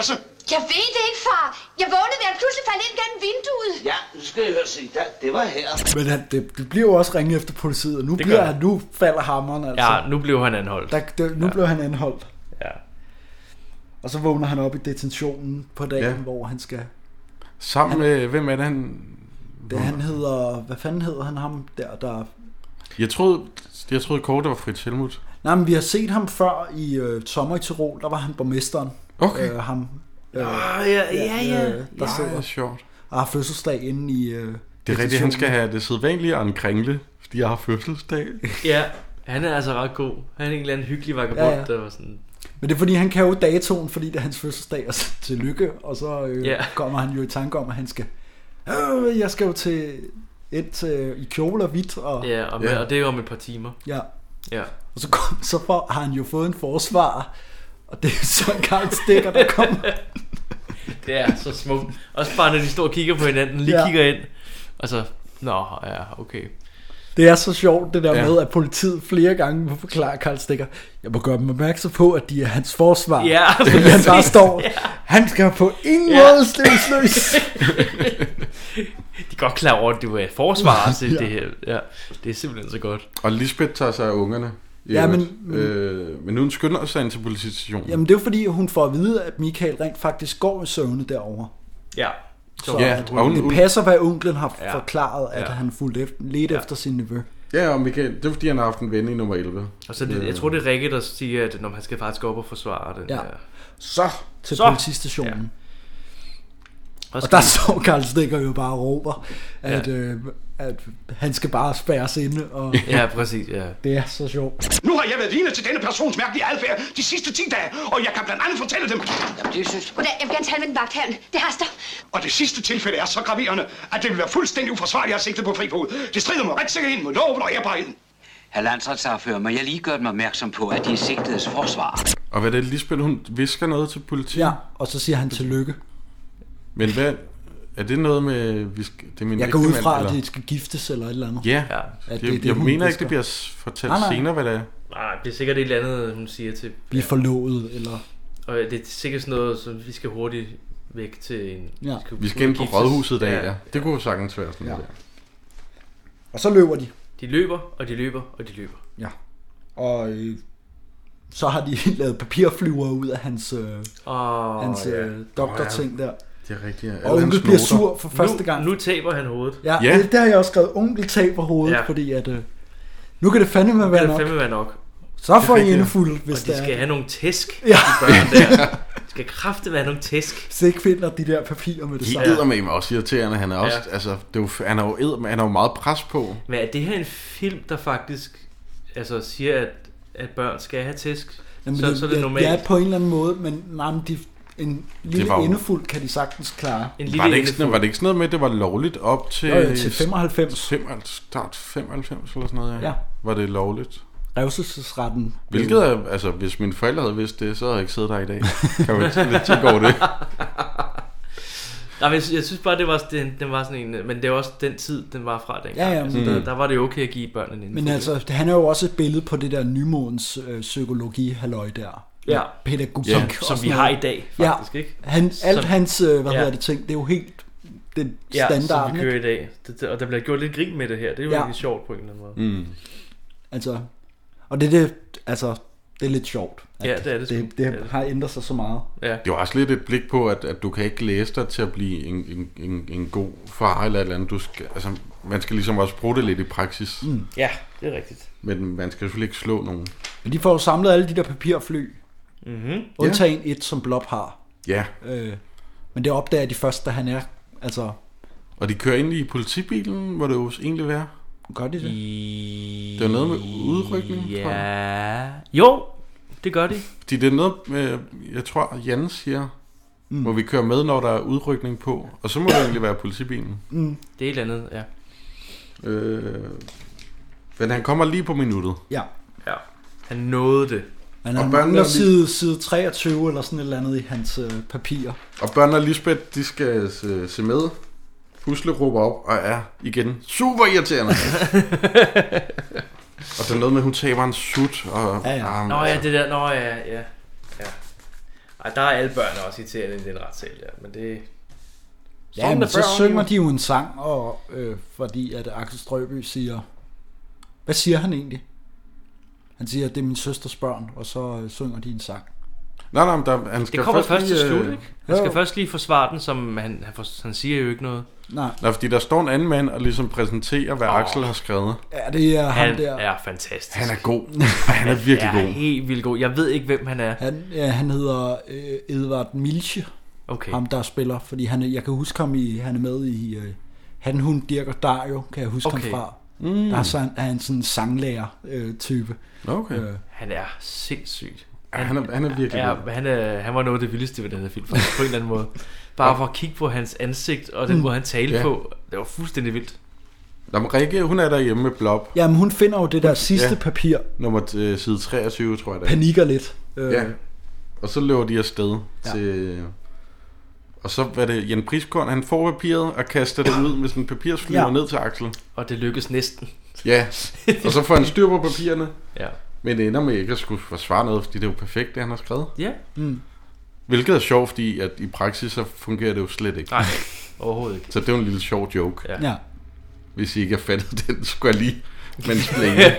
Jeg ved det ikke, far. Jeg vågnede ved, at han pludselig faldt ind gennem vinduet. Ja, nu skal jeg høre se. Det var her. Men han, det, det bliver jo også ringet efter politiet, og nu, Det bliver, gør han, nu falder hammeren altså. Ja, nu blev han anholdt. Der, der, nu ja. blev han anholdt. Ja. Og så vågner han op i detentionen på dagen, ja. hvor han skal... Sammen han, med, hvem er det han... Det han hedder... Hvad fanden hedder han ham der, der... Jeg troede, jeg troede kort, det var Fritz Helmuth. Nej, men vi har set ham før i øh, Sommer i Tirol, der var han borgmesteren. Okay. Øh, ham, øh, ja, ja, ja. Øh, der sidder ja, sjovt. og har fødselsdag inde i... Øh, det er rigtigt, han skal have det sædvanlige og en kringle, fordi jeg har fødselsdag. Ja, han er altså ret god. Han er en eller anden hyggelig vagabond, ja, ja. der var sådan... Men det er fordi, han kan jo datoen, fordi det er hans fødselsdag, og så til lykke, og så øh, ja. kommer han jo i tanke om, at han skal... Øh, jeg skal jo til... ind til, i kjole og hvidt. Og, ja, og, med, ja, og det er jo om et par timer. Ja. Ja. Og så, kom, så får, har han jo fået en forsvar, og det er så en Karl Stikker, der kommer. Det er så smukt. Også bare når de står og kigger på hinanden, lige ja. kigger ind, og så, nå, ja, okay. Det er så sjovt, det der ja. med, at politiet flere gange må forklare Karl Stikker. Jeg må gøre dem opmærksom på, at de er hans forsvar. Ja, fordi han bare står, ja. han skal på ingen ja. måde stilles løs. De er godt klar over, at det var et forsvar til ja. det her. Ja, det er simpelthen så godt. Og Lisbeth tager sig af ungerne. Ja, men, øh, men hun skynder sig ind til politistationen. Jamen det er jo fordi, hun får at vide, at Michael rent faktisk går i søvne derovre. Ja. Så ja, hun, hun, det passer, hvad onklen har ja. forklaret, at ja. han fulgte efter, let ja. efter sin nevø. Ja, og Michael, det er fordi, han har haft en ven i nummer elleve. Og så det, jeg tror, det er Rikke, der siger, at når han skal faktisk gå op og forsvare den. Ja. Der. Så til så. politistationen. Ja. Og, og der så Karl Stikker jo bare og råber, at, ja. øh, at han skal bare spærres inde. Og ja, præcis, ja. Det er så sjovt. Nu har jeg været vidne til denne persons mærkelige adfærd de sidste ti dage, og jeg kan blandt andet fortælle dem. Jamen, det synes jeg. Jeg vil gerne tale med den vagthavn. Det haster. Og det sidste tilfælde er så graverende, at det vil være fuldstændig uforsvarligt at sigte på fri fod. Det strider mod retssikkerheden, mod loven og ærbarheden. Herr landsretssagfører, må jeg lige gøre dem opmærksom på, at de er sigtedes forsvar. Og hvad er det, Lisbeth, hun visker noget til politiet? Ja, og så siger han tillykke. Men hvad... Er det noget med... Vi skal, det er min jeg går ud fra, at de skal giftes eller et eller andet. Ja, ja. Det, det, det, jeg det, mener ikke, det bliver fortalt nej, nej. senere, hvad det er. Nej, det er sikkert et eller andet, hun siger til... Blive ja. forlovet, eller... Og det er sikkert sådan noget, så vi skal hurtigt væk til en... Ja. Vi skal, vi skal ind på rådhuset i dag, ja. ja. Det kunne jo sagtens være sådan ja. noget der. Og så løber de. De løber, og de løber, og de løber. Ja. Og... Øh, så har de lavet papirflyver ud af hans, øh, oh, hans ja. øh, doktorting oh, ja. der. Det er rigtigt. Og onkel bliver sur for første gang. Nu, nu taber han hovedet. Ja, ja. Det, der har jeg også skrevet, onkel taber hovedet, ja. fordi at... Øh, nu kan det fandme være nok. Det fandme være nok. Så får I indefuld, hvis det er. Og de skal er. have nogle tæsk, ja. de børn der. De skal kraftigt være nogle tæsk. Så ikke finder de der papirer med det de samme. De med mig også irriterende. Han er også, ja. altså, det er jo, han, er jo edder, han er jo meget pres på. Men er det her en film, der faktisk altså, siger, at, at børn skal have tæsk? Jamen, så, det, så er det ja, normalt. Ja, på en eller anden måde, men nej, men de... En lille jo... indefuld kan de sagtens klare. En lille var, det ikke sådan, var det ikke sådan noget med, at det var lovligt op til... Jo, jo, til femoghalvfems. Start femoghalvfems eller sådan noget, ja. ja. Var det lovligt? Revselsesretten. Hvilket er, altså, hvis mine forældre havde vidst det, så havde jeg ikke siddet der i dag. Kan jo ikke lidt tænke over det. Nej, men jeg synes bare, det var, den, den var sådan en... Men det er også den tid, den var fra dengang. Ja, ja, altså, mm. der, der var det okay at give børnene en Men altså, han er jo også et billede på det der nymodens øh, psykologi-halløj der. Ja. Pædagogik. Ja, som vi har i dag, faktisk, ja. ikke? Han, alt som, hans, øh, hvad ja. hedder det ting, det er jo helt det ja, standard. Ja, som vi kører i dag. Det, det, og der bliver gjort lidt grin med det her. Det er jo ja. Lidt sjovt på en eller anden måde. Mm. Altså, og det er det, altså... Det er lidt sjovt. Ja, det er det. Det, det, det har ændret sig så meget. Ja. Det er også lidt et blik på, at, at du kan ikke læse dig til at blive en, en, en, en god far eller et eller andet. Du skal, altså, man skal ligesom også bruge det lidt i praksis. Mm. Ja, det er rigtigt. Men man skal selvfølgelig ikke slå nogen. Men de får jo samlet alle de der papirfly. Mm-hmm. Undtagen ja. et, som Blob har. Ja. Øh, men det opdager de først, da han er... Altså... Og de kører ind i politibilen, hvor det jo egentlig være. Gør de det? I... Det er noget med udrykning, ja. tror jeg. Jo, det gør de. Fordi det er noget med, jeg tror, Jan siger, mm. hvor vi kører med, når der er udrykning på. Og så må det egentlig være politibilen. Mm. Det er et eller andet, ja. Øh, men han kommer lige på minuttet. Ja. Ja. Han nåede det. Han har mangler lige... side, side treogtyve eller sådan et eller andet i hans øh, papirer. Og børn og Lisbeth, de skal se, se med. Pusle råber op og er igen super irriterende. Og det er noget med, at hun taber en sut. Og, ja, ja. Um, nå ja, det der, nå ja, ja. ja. Ej, der er alle børn også irriterende i den retssal, ja. Men det... Ja, men så synger de jo en sang, og, øh, fordi at Axel Strøby siger... Hvad siger han egentlig? Han siger, at det er min søsters børn, og så øh, synger de en sang. Nej, nej, der, han skal det kommer først, først til lige, slut, øh, ikke? Han skal først lige forsvare den, som han, han, for, han siger jo ikke noget. Nej. Nej, fordi der står en anden mand og ligesom præsenterer, hvad oh. Axel har skrevet. Ja, det er han ham der. er fantastisk. Han er god. Ej, han er virkelig han er god. helt vildt god. Jeg ved ikke, hvem han er. Han, ja, han hedder øh, Edvard Milche. Okay. Ham, der spiller. Fordi han, jeg kan huske ham i, han er med i øh, Han, Hun, Dirk og Dario, kan jeg huske okay. ham fra. Mm. Der er, sådan, er han sådan en sanglærer-type. Okay. Øh. Han er sindssygt. Han, han, er, han er virkelig ja, god. Han, er, han var noget af det vildeste ved den her film, faktisk, på en eller anden måde. Bare for at kigge på hans ansigt, og den Mm. måde han talte Ja. på. Det var fuldstændig vildt. Jamen, Rikke, hun er derhjemme med Blob. Jamen, hun finder jo det der sidste Ja. papir. Nummer øh, side treogtyve, tror jeg det er. Panikker lidt. Øh. Ja. Og så løber de afsted Ja. til... Og så var det Jan Priskorn, han får papiret og kaster det ud med sådan en papirsflyver Ja. ned til Axel. Og det lykkes næsten. Ja, og så får han styr på papirerne. Ja. Men det ender med ikke at skulle forsvare noget, fordi det er jo perfekt, det han har skrevet. Ja. Mm. Hvilket er sjovt, fordi at i praksis så fungerer det jo slet ikke. Nej, overhovedet ikke. Så det er jo en lille sjov joke. Ja. Ja. Hvis I ikke har fattet den, så skulle jeg lige mansplaine.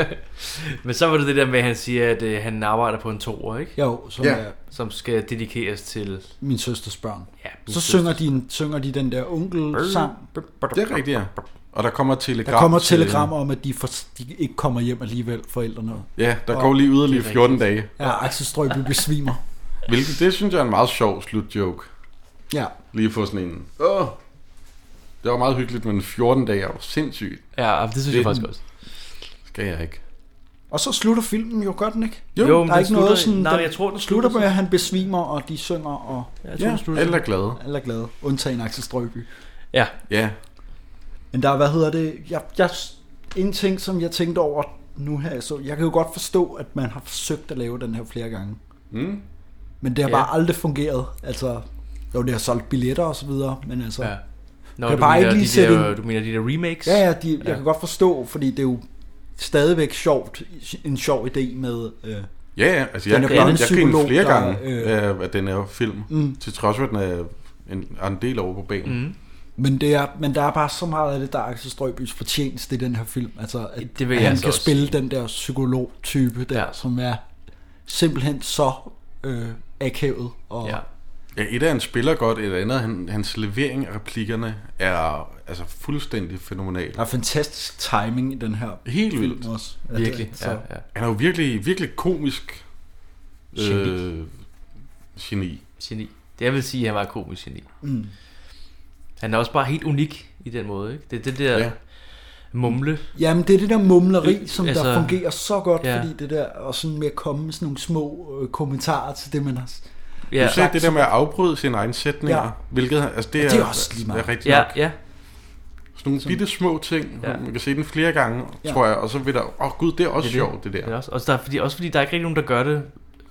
Men så var det det der med, at han siger, at øh, han arbejder på en toer, ikke? Jo, som, Ja. er Som skal dedikeres til... min søsters børn. Ja, min Så søsters- synger de, en, synger de den der onkel-sang. Det er rigtigt, ja. Og der kommer et telegram. Der kommer et til- telegram om, at de, for, de ikke kommer hjem alligevel, forældrene. Ja, der Og- går lige yderligere Det er fjorten rigtigt. dage. Ja, Axel Strøby besvimer. Hvilket, det synes jeg er en meget sjov slutjoke. Ja. Lige få sådan en... Åh, det var meget hyggeligt, men fjorten dage er jo sindssygt. Ja, det synes Det- jeg faktisk også. Skal jeg ikke. Og så slutter filmen jo, gør den ikke? Jo, Jo, men der er den ikke noget slutter- sådan... nej, den jeg tror, den slutter slutter med, at han besvimer, og de synger, og Jeg tror, Ja, den slutter. alle er glade. alle er glade. Undtagen Axel Strøby. Ja. Ja, Men der er, hvad hedder det... Jeg, jeg, en ting, som jeg tænkte over nu her, så jeg kan jo godt forstå, at man har forsøgt at lave den her flere gange. mm. Men det har Ja. bare aldrig fungeret. Altså, jo, det har solgt billetter og så videre, men altså... Ja. Nå, Kan du, bare mener, ikke lige de sætte der, en- du mener de der remakes? Ja, ja, de, jeg Ja. kan godt forstå, fordi det er jo stadigvæk sjovt, en sjov idé med... Øh, Ja, ja, altså Den jeg, er jeg, bare en jeg griner psykolog, flere der, gange øh, øh, af den her film, Mm. til trods for, at den er en, er en del over på banen. Mm. men, det er, men der er bare så meget af det, der er Axel Strøbys fortjeneste i den her film. Altså, at, Det vil at jeg han altså kan også spille den der psykolog-type der, Ja. som er simpelthen så øh, akavet. Og, Ja. Ja, et af han spiller godt, et andet, han, hans levering af replikkerne er altså fuldstændig fænomenal. Der er fantastisk timing i den her Helt film vildt. også. Ja, Virkelig, det- så, ja, ja. Han er jo virkelig, virkelig komisk Geni. øh, geni. Geni. Det jeg vil sige, at han var et komisk geni. Mm. Han er også bare helt unik i den måde, ikke? Det er det der Ja. ja. mumle. Jamen, det er det der mumleri, Øh, som altså- der fungerer så godt, Ja. fordi det der, og sådan med at komme med sådan nogle små øh, kommentarer til det, man har... Ja. Du sagde det der med at afbryde sine egne sætninger, Ja. hvilket altså det Ja, er, det er også lige meget. er rigtig Ja, nok. ja. Sådan nogle bitte små ting, Ja. man kan se den flere gange, Ja. tror jeg, og så vil der, åh oh, gud, det er også Det er det. sjovt, det der. Det er også, også, der, er, fordi, også fordi der er ikke rigtig nogen, der gør det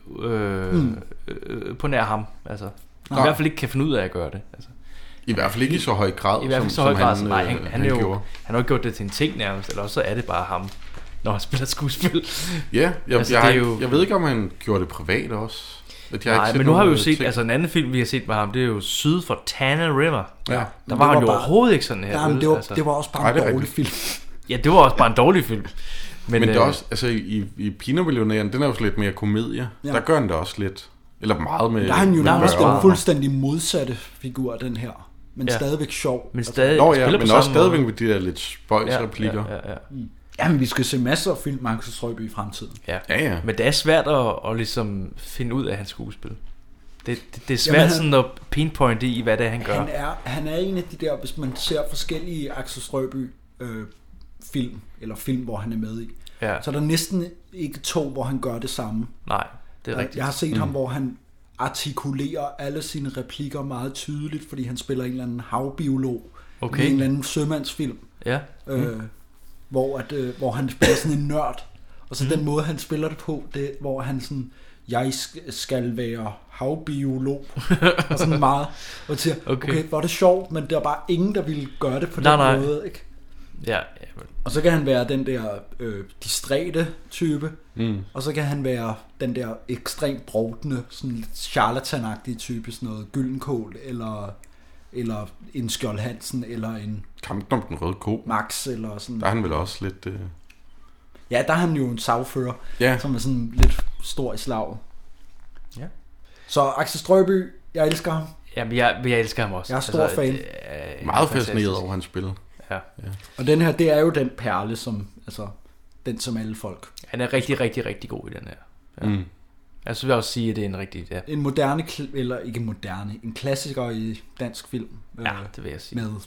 øh, Mm. øh, på nær ham. Altså, Nej. I hvert fald ikke kan finde ud af at gøre det. Altså. I hvert fald ikke i så høj grad, I hvert fald som, ikke så høj som grad, han, som nej, han, øh, han, er jo, gjorde. han har jo ikke gjort det til en ting nærmest, eller også så er det bare ham, når han spiller skuespil. Ja, jeg, Altså, altså, jeg, det er jeg, jo- jeg ved ikke, om han gjorde det privat også. At jeg har Nej, ikke set men nu har vi jo nogen, set, ting. altså en anden film, vi har set med ham, det er jo Syd for Tana River. Ja. Der Men var det han jo bare- overhovedet ikke sådan her. Ja, men vel? det var, altså, det var også bare Nej, en det er dårlig rigtigt. film. Ja, det var også bare en dårlig film. Men, Men det er øh, også, altså i, i Pinamillionæren, den er jo så lidt mere komedie. Ja. Ja. Der gør han det også lidt, eller meget med... Der er han jo med nærmest børn. den fuldstændig modsatte figur, den her. Men Ja. stadigvæk sjov. Men stadig Nå ja, spiller men på også samme måde. stadigvæk med de der lidt spøjsreplikker. Ja, ja, ja. Jamen, vi skal se masser af film med Axel Strøby i fremtiden. Ja. Ja, ja. Men det er svært at, at ligesom finde ud af hans skuespil. Det, det, det er svært Jamen, han- sådan at pinpointe i, hvad det er, han gør. Han er, han er en af de der, hvis man ser forskellige Axel Strøby øh, film, eller film, hvor han er med i, Ja. så er der næsten ikke to, hvor han gør det samme. Nej, det er rigtigt. Jeg har set mm. ham, hvor han artikulerer alle sine replikker meget tydeligt, fordi han spiller en eller anden havbiolog Okay. i en eller anden sømandsfilm, Ja. øh, hvor, at, øh, hvor han spiller sådan en nørd. Og så mm. den måde, han spiller det på, det hvor han sådan, jeg sk- skal være havbiolog, og sådan meget, og siger, Okay. okay, okay, hvor er det sjovt, men der er bare ingen, der ville gøre det på Nej, den nej. måde, ikke? Ja. Og så kan han være den der øh, distræte type, Mm. og så kan han være den der ekstremt brovtende, sådan lidt charlatanagtige type, sådan noget Gyldenkål, eller, eller en Skjold Hansen, eller en Kampen om den røde ko. Max, eller sådan. Der er han vel også lidt... Øh... Ja, der er han jo en sagfører, ja. som er sådan lidt stor i slaget. Ja. Så Axel Strøby, jeg elsker ham. Jamen, jeg, jeg elsker ham også. Jeg er stor altså, fan. Er meget fascineret over hans spil. Ja. ja. Og den her, det er jo den perle, som, altså, den som alle folk. Han er rigtig, rigtig, rigtig god i den her. Ja. Mm. Jeg synes også sige, at det er en rigtig... Ja. En moderne, eller ikke moderne, en klassiker i dansk film. Ja, det vil jeg sige. Med.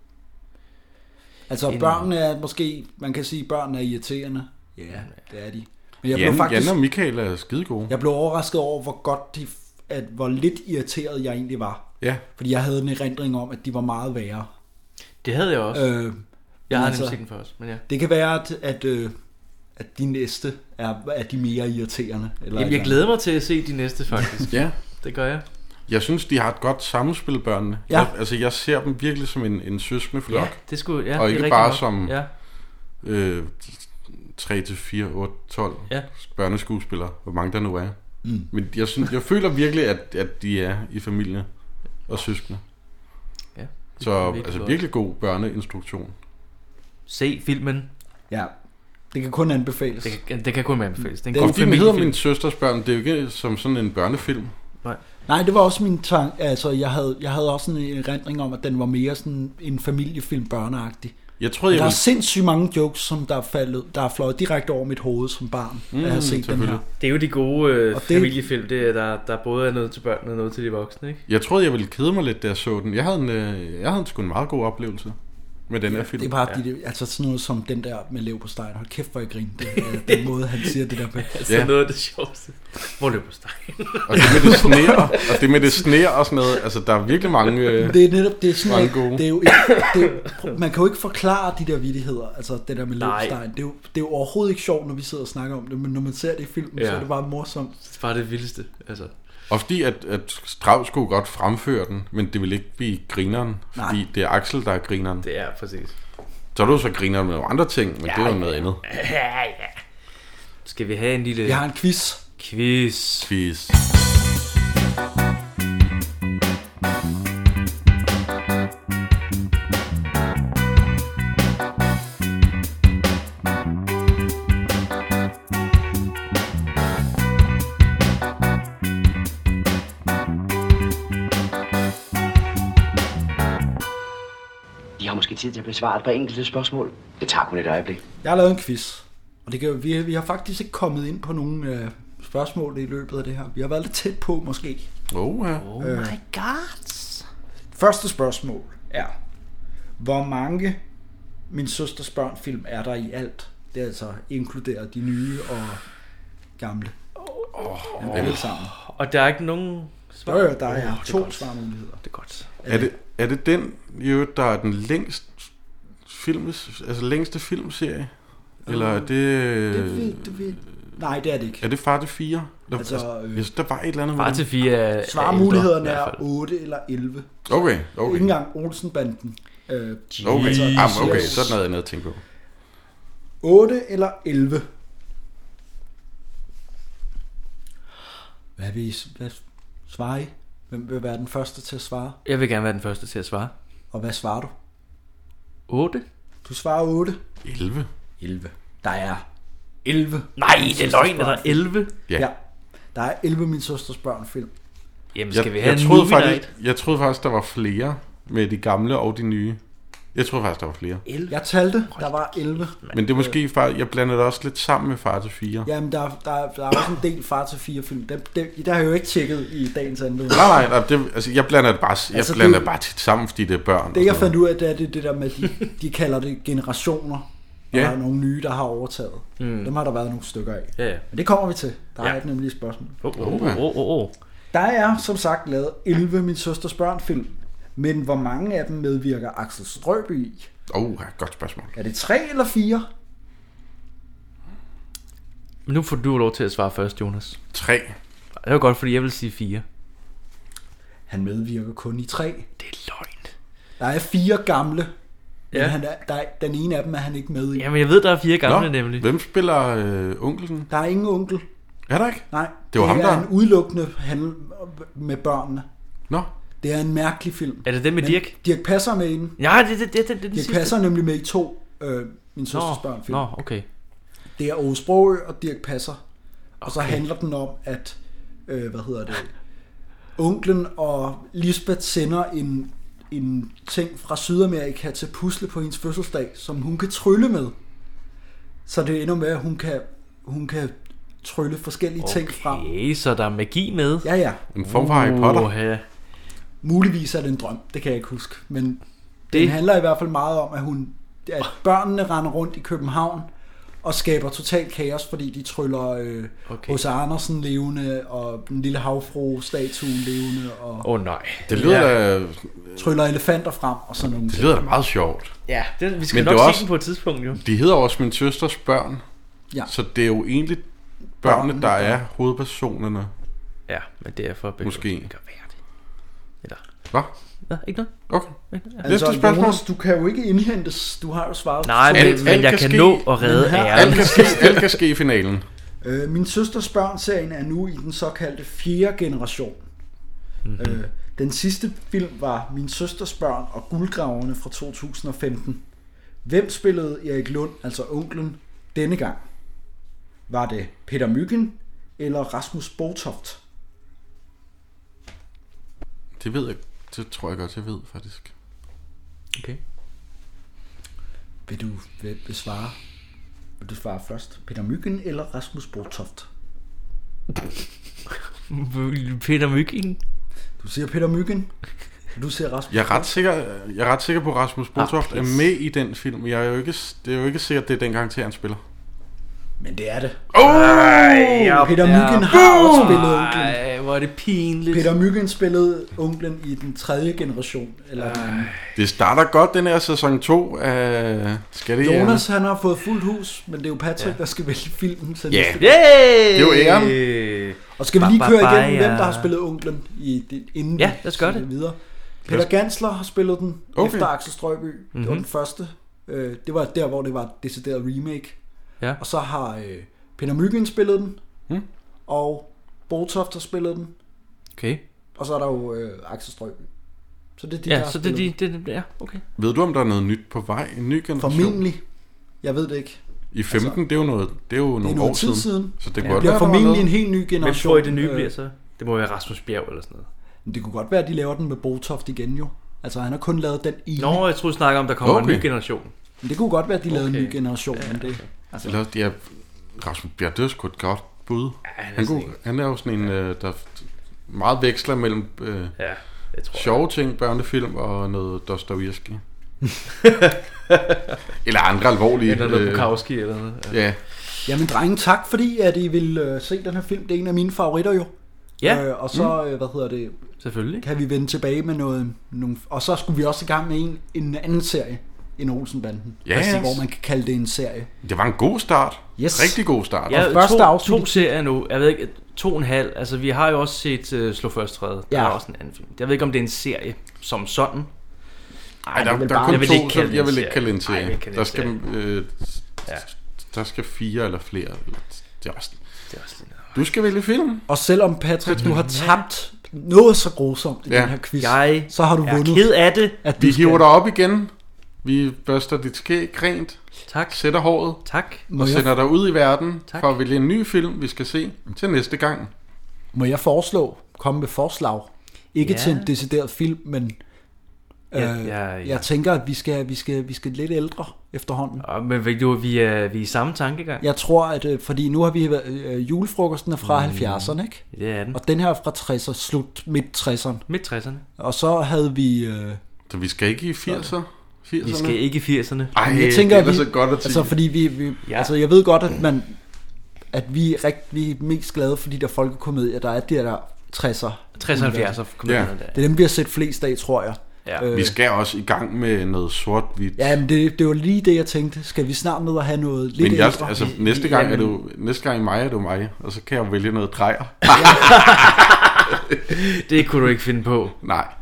Altså, en... børnene er måske, man kan sige, børnene er irriterende. Ja, det er de. Men jeg Jan, blev faktisk, Jan og Michael er skide gode. Jeg blev overrasket over, hvor godt de, at hvor lidt irriteret jeg egentlig var. Ja. Fordi jeg havde en erindring om, at de var meget værre. Det havde jeg også. Øh, jeg har altså, nemlig set den først, men ja. Det kan være, at, at, øh, at de næste er, er de mere irriterende. Eller Jamen, jeg glæder mig til at se de næste, faktisk. Ja. Det gør jeg. Jeg synes, de har et godt samspil, børnene. Ja. Jeg, altså, jeg ser dem virkelig som en, en søskende flok. Ja, det skulle, ja, og det ikke er bare nok. som ja. øh, tre til fire, otte, tolv ja. børneskuespillere, hvor mange der nu er. Mm. Men jeg, synes, jeg føler virkelig, at, at de er i familie og søskende. Ja, så virkelig altså godt. virkelig god børneinstruktion. Se filmen. Ja, det kan kun anbefales. Det kan, det kan kun anbefales. Det er en og god fordi den familiefilm. hedder Min Søsters Børn, det er jo ikke som sådan en børnefilm. Nej. Nej, det var også min tanke. Altså, jeg havde, jeg havde også en erindring om, at den var mere sådan en familiefilm børneagtig. Jeg troede, jeg der er ville... sindssygt mange jokes, som der er, faldet, der er fløjet direkte over mit hoved som barn, mm, da jeg har set den her. Det er jo de gode øh, Og det- familiefilm, det er, der, der både er noget til børn og noget til de voksne, ikke? Jeg troede, jeg ville kede mig lidt, da jeg så den. Jeg havde en, øh, jeg havde en sgu en meget god oplevelse med den her film. Det er bare ja. de, altså sådan noget som den der med leverpostejen. Hold kæft, hvor jeg griner. Det er den måde, han siger det der på. Altså ja. Noget af det sjoveste. Hvor leverpostejen? Og det med det sneer, og det med det sneer og sådan noget. Altså, der er virkelig mange øh, det er netop, det er sådan, mange gode. Det er jo ikke, det er, man kan jo ikke forklare de der vittigheder. Altså det der med leverpostejen. Det er, jo, det er jo overhovedet ikke sjovt, når vi sidder og snakker om det. Men når man ser det i filmen, ja. så er det bare morsomt. Det er bare det vildeste, altså. Og fordi at, at Strauss kunne godt fremføre den, men det vil ikke blive grineren, fordi Nej. det er Axel, der er grineren. Det er præcis. Så er du så grineren med nogle andre ting, men ja, det er jo noget ja. andet. Ja, ja. Skal vi have en lille... Jeg har en quiz. Quiz. Quiz. I har måske tid til at besvare et par enkelte spørgsmål. Det tager kun et øjeblik. Jeg har lavet en quiz. Og det kan, vi, vi har faktisk ikke kommet ind på nogle øh, spørgsmål i løbet af det her. Vi har været lidt tæt på, måske. Oh, ja. Oh øh, my god. Første spørgsmål er, hvor mange Min Søsters Børn film er der i alt? Det er altså inkluderet de nye og gamle. Oh, oh, alle sammen. Og der er ikke nogen svar? Jo, jo, der er oh, to svarmuligheder. Det er godt. Er det, er det den, jo, der er den længst film, altså længste filmserie? Eller er det... Det ved, det ved. Nej, det er det ikke. Er det Far til fire? Der, altså, øh, jeg synes, der var et eller andet Far til fire er... Svarmulighederne er otte eller elleve. Okay, okay. Ikke engang Olsenbanden. Øh, okay, altså, ah, okay, så er der noget andet at tænke på. otte eller elleve. Hvad vil I hvad svare I? Hvem vil være den første til at svare? Jeg vil gerne være den første til at svare. Og hvad svarer du? otte. Du svarer otte. elleve. elleve. Der er elleve. Nej, det er løgn, der er elleve. Ja. ja. Der er elleve Min Søsters Børn film. Jamen skal jeg, vi have jeg en troede movie faktisk, night? Jeg troede faktisk, der var flere med de gamle og de nye. Jeg troede faktisk, der var flere. elleve. Jeg talte, der var elleve. Men det er måske, far, jeg blander det også lidt sammen med Far til fire. Jamen, der, der, der er også en del Far til fire film. Det, det, det har jeg jo ikke tjekket i dagens anledning. Nej, nej, det, altså, jeg blander det bare, jeg altså, blander det, bare tit sammen, fordi det er børn. Det, jeg fandt ud af, det er det, det der med, de, de kalder det generationer. Og ja. der er nogle nye, der har overtaget. Mm. Dem har der været nogle stykker af. Ja, ja. Men det kommer vi til. Der ja. er et nemlig spørgsmål. Oh, oh, oh, oh, oh. Der er, som sagt, lavet elleve Min Søsters Børn film. Men hvor mange af dem medvirker Axel Strøby i? Åh, oh, godt spørgsmål. Er det tre eller fire? Men nu får du lov til at svare først, Jonas. Tre. Det var godt, fordi jeg vil sige fire. Han medvirker kun i tre. Det er løgn. Der er fire gamle Men Ja. han er, der er, den ene af dem er han ikke med i. Jamen, jeg ved, der er fire gamle Nå, nemlig. Hvem spiller øh, onklen? Der er ingen onkel. Er der ikke? Nej, Det var ham, er der- en udelukkende handel med børnene. Nå. Det er en mærkelig film. Er det den med Men Dirch? Dirch Passer er med i den. Ja, det, det, det, det, det, det Dirch sidste. Passer er nemlig med i to øh, Min Søsters Nå, Børn film. nå, okay. Det er Ove Sprogøe og Dirch Passer. Og så Okay. handler den om, at øh, hvad hedder det, onklen og Lisbeth sender en, en ting fra Sydamerika til pusle på hendes fødselsdag, som hun kan trylle med. Så det ender med, at hun kan, hun kan trylle forskellige ting frem. Okay, så der er magi med. Ja, ja. En form for Harry Potter. Uh, ja. Muligvis er det en drøm, det kan jeg ikke huske. Men det Det- handler i hvert fald meget om, at, hun, at børnene render rundt i København og skaber total kaos, fordi de tryller øh, Okay. H C Andersen levende, og den lille havfru-statuen levende, og Åh oh, nej. Det lyder Ja. da... tryller elefanter frem, og sådan nogle Det ting. lyder da meget sjovt. Ja, det, vi skal Men nok det er se også- den på et tidspunkt, jo. De hedder også Min Søsters Børn. Ja. Så det er jo egentlig børnene, Børnene, der der- er hovedpersonerne. Ja, men det er for begge. Måske. Det kan være det. Eller... Hvad? Ja, ikke noget? Okay. Ikke noget? Ja. Altså, Næste spørgsmål. Jonas, du kan jo ikke indhentes, du har jo svaret. Nej, men, Alt- men alt jeg kan kan ske. nå at redde Men her- æren. Alt kan ske, alt kan ske i finalen. Øh, Min Søsters Børn-serien er nu i den såkaldte fjerde generation. Mm-hmm. Øh, den sidste film var Min Søsters Børn og Guldgraverne fra to tusind og femten. Hvem spillede Erik Lund, altså onklen, denne gang? Var det Peter Myggen eller Rasmus Botoft? Det ved jeg. Det tror jeg godt, jeg ved, faktisk. Okay. Vil du vil besvare? Vil du svare først? Peter Myggen eller Rasmus Botoft? Peter Myggen. Du siger Peter Myggen. Du siger Rasmus. Jeg er ret sikker, jeg er ret sikker på, at Rasmus Botoft Ah, er pis. med i den film. Jeg er jo ikke, det er jo ikke sikkert, det er den karakter, han spiller. Men det er det. Oh! Ej, Peter Myggen har også spillet onklen. Ej, hvor er det pinligt. Peter Myggen spillede onklen i den tredje generation. Eller den Det starter godt, den her sæson to af... Skal det Jonas, han har fået fuldt hus, men det er jo Patrick, ja. der skal vælge filmen. Så Ja. næste- Yay! Det er jo æren. Og skal vi lige køre Ba-ba-ba, igennem, hvem ja. der har spillet onklen i det, inden Ja, vi lad os gøre siger det. videre. Peter Gansler har spillet den Okay. efter Axel Strøby. Det var Mhm. den første. Øh, Det var der, hvor det var et decideret remake. Ja. Og så har øh, Peter Myggen spillet den, Hmm? og Botoft har spillet den, Okay. og så er der jo øh, Axel Strøby. Så det er de, der Ja, har så det er spillet de, det, det, ja, okay. Ved du, om der er noget nyt på vej? En ny den. generation? Formentlig. Jeg ved det ikke. I femten, det er jo noget, det er jo Det er nogle noget år tid siden. siden. Så det Ja. kunne Det godt bliver være, der var formentlig en noget. helt ny Hvem generation. tror I det nye øh, bliver så? Det må være Rasmus Bjerg eller sådan noget. Men det kunne godt være, at de laver den med Botoft igen jo. Altså, han har kun lavet den ene. Nå, jeg troede, du snakker om, der kommer Okay. en ny generation. Men det kunne godt være, at de lavede en Okay. ny generation. Men det, altså, Eller, ja, Rasmus Bjerg, det er sgu et godt bud. han er han, kunne, sådan en- han er jo sådan en, øh, der meget veksler mellem øh, Ja, det tror jeg. sjove ting, børnefilm og noget Dostoyevsky. Eller andre alvorlige. Eller noget øh, Bukowski eller noget. Ja, Jamen, drenge, tak fordi, at I vil øh, se den her film. Det er en af mine favoritter jo. Ja, Øh, og så, øh, hvad hedder det, selvfølgelig. kan vi vende tilbage med noget. Nogle, og så skulle vi også i gang med en, en anden serie end Olsenbanden. Ja, Altså, yes. hvor man kan kalde det en serie. det var en god start. Yes. Rigtig god start. Ja, Og første to, afsnit- to serier nu. Jeg ved ikke, to og en halv. Altså, vi har jo også set uh, Slå Først Træde. Der Ja. er også en anden film. Jeg ved ikke, om det er en serie som sådan. Ej, det er der, vel der er bare- kun Jeg vil to, ikke så kalde det jeg en vil ikke serie. kalde det en Nej, jeg vil serie. ikke kalde Der det en skal, øh, Ja. der skal fire eller flere. Det er også, Det er også sådan noget. du skal vælge film. Og selvom Patrick, du har tabt noget så grusomt i Ja. den her quiz, Jeg så har du er vundet. ked af det. At Vi du skal- hiver dig op igen. Vi børster dit skæg rent, Tak. sætter håret Tak. Må og jeg, sender dig ud i verden Tak. for at vælge en ny film, vi skal se til næste gang. må jeg foreslå, komme med forslag? Ikke Ja. til en decideret film, men Ja, øh, ja, ja. jeg tænker, at vi skal, vi, skal, vi skal lidt ældre efterhånden. Og, men ved du, vi er, vi er i samme tankegang. Jeg tror, at øh, fordi nu har vi været, øh, julefrokosten er fra Mm. halvfjerdserne, ikke? Det er den. Og den her er fra tresserne, slut midt tresserne. Midt tresserne. Og så havde vi... Øh, Så vi skal ikke i firserne? firserne? Vi skal ikke i firserne. Ej, jeg tænker, det er vi, så godt at sige. altså fordi vi, vi Ja. altså jeg ved godt, at man at vi er, rigt, vi er mest glade for de der folkekomedier, der er de der tresser. tres og halvfjerds kom Ja. der. Det er dem, vi har set flest af, tror jeg. Ja. Øh, Vi skal også i gang med noget sort-hvidt. Ja, men det, det var lige det, jeg tænkte. Skal vi snart ned og have noget lidt Men jeg, ældre? altså, næste gang er Jamen- du, næste gang i mig er du mig, og så kan jeg jo vælge noget drejer. Det kunne du ikke finde på. Nej.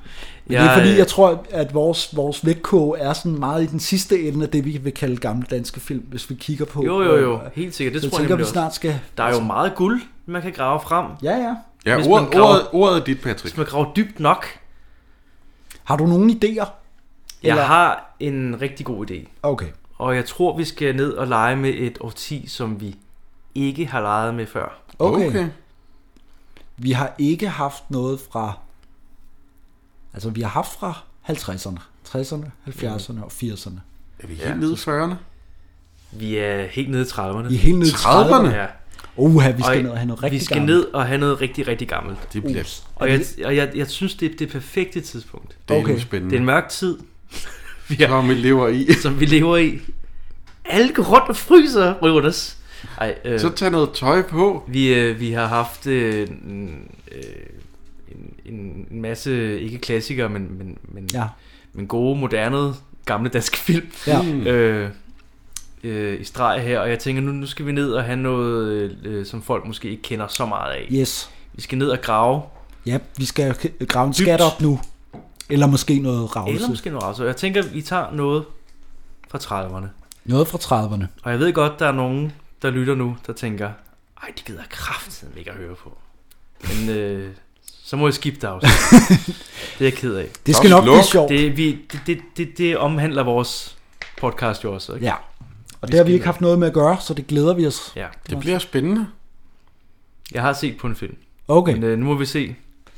Men det er fordi, jeg tror, at vores, vores vægtkog er sådan meget i den sidste ende af det, vi vil kalde gamle danske film, hvis vi kigger på. Jo, jo, jo. Helt sikkert. Det så tror jeg tænker, vi også. snart skal... Der er jo meget guld, man kan grave frem. Ja, ja. Ja, Hvis ordet, man graver, ordet, ordet er dit, Patrick. Hvis man graver dybt nok. Har du nogle idéer? Jeg Eller? har en rigtig god idé. Okay. Og jeg tror, vi skal ned og lege med et årti, som vi ikke har leget med før. Okay. okay. Vi har ikke haft noget fra... Altså, vi har haft fra halvtredserne, tresserne, halvfjerdserne og firserne. Er vi helt ja. nede i fyrrerne? Vi er helt nede i trediverne. Vi er helt nede i trediverne? Ja. Uha, vi skal og ned og have noget rigtig Vi skal gammelt. ned og have noget rigtig, rigtig gammelt. Det bliver... Uh. Og, jeg, og jeg, jeg synes, det er det perfekte tidspunkt. Det er okay. spændende. Det er en mørk tid. vi har, som vi lever i. Som vi lever i. Alle går rundt og fryser, Jonas. Ej, øh, Så tag noget tøj på. Vi, øh, vi har haft øh, en, øh, en, en masse, ikke klassikere, men, men, men, ja. men gode, moderne, gamle danske film. Ja. Øh, øh, i streg her, og jeg tænker, nu, nu skal vi ned og have noget, øh, som folk måske ikke kender så meget af. Yes. Vi skal ned og grave. Ja, vi skal grave en skat op nu. Eller måske noget ravse. Eller måske noget ravse. Jeg tænker, vi tager noget fra trediverne. Noget fra trediverne. Og jeg ved godt, der er nogen, der lytter nu, der tænker, ej, det gider kraftedeme ikke at høre på. Men øh, så må jeg skifte afsnit. Det er jeg ked af. Det skal nok blive sjovt. Det, vi, det, det, det, det omhandler vores podcast jo også. Ikke? Ja. Og det har vi ikke haft noget med at gøre, så det glæder vi os. Ja. Det bliver spændende. Jeg har set på en film. Okay. Men øh, nu må vi se.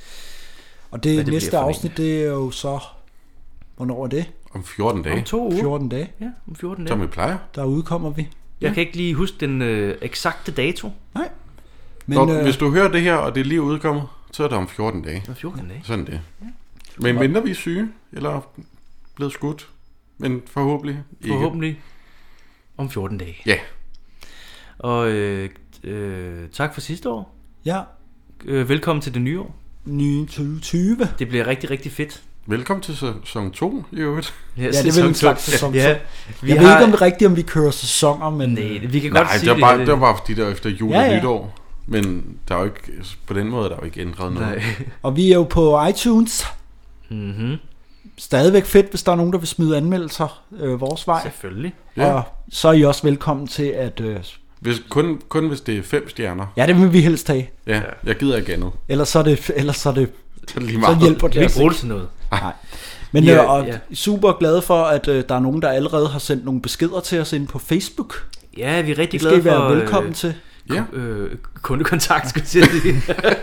Og det, det næste afsnit, det er jo så... Hvornår er det? Om fjorten dage. Om to uger. fjorten dage. Ja, om fjorten dage. Som vi plejer. Der udkommer vi. Jeg ja. kan ikke lige huske den øh, eksakte dato. Nej. Men, og øh, hvis du hører det her, og det er lige udkommet, så er det om fjorten dage. Om fjorten dage. Sådan det. Ja. Men mindre vi er syge, eller blevet skudt. Men forhåbentlig ikke. Forhåbentlig om fjorten dage. Ja. Og øh, øh, tak for sidste år. Ja. Øh, velkommen til det nye år. Nye tyve tyve. Det bliver rigtig, rigtig fedt. Velkommen til sæson to i øvrigt. Ja, det er vel en slags sæson ja, to. Vi Jeg har... ved ikke om det er rigtigt, om vi kører sæsoner, men... Nej, vi kan Nej, godt sige det. Nej, det, det var bare fordi, der efter jul og ja, ja. nytår. Men der er jo ikke, på den måde der er jo ikke ændret noget. Nej. Og vi er jo på iTunes. Mhm. Stadigvæk fedt, hvis der er nogen, der vil smide anmeldelser øh, vores vej. Selvfølgelig. Ja. Og så er I også velkommen til at... Øh... Hvis, kun, kun hvis det er fem stjerner. Ja, det vil vi helst have. Ja, jeg gider ikke andet. Ellers så er det... Ellers så er det så, lige meget. så hjælper det. Kan vi ikke bruge det til noget? Nej. Men ja, øh, og ja. super glade for, at øh, der er nogen, der allerede har sendt nogle beskeder til os ind på Facebook. Ja, vi er rigtig det glade for... Det skal I være velkommen øh, til. Ja. Øh, kundekontakt, skal jeg sige.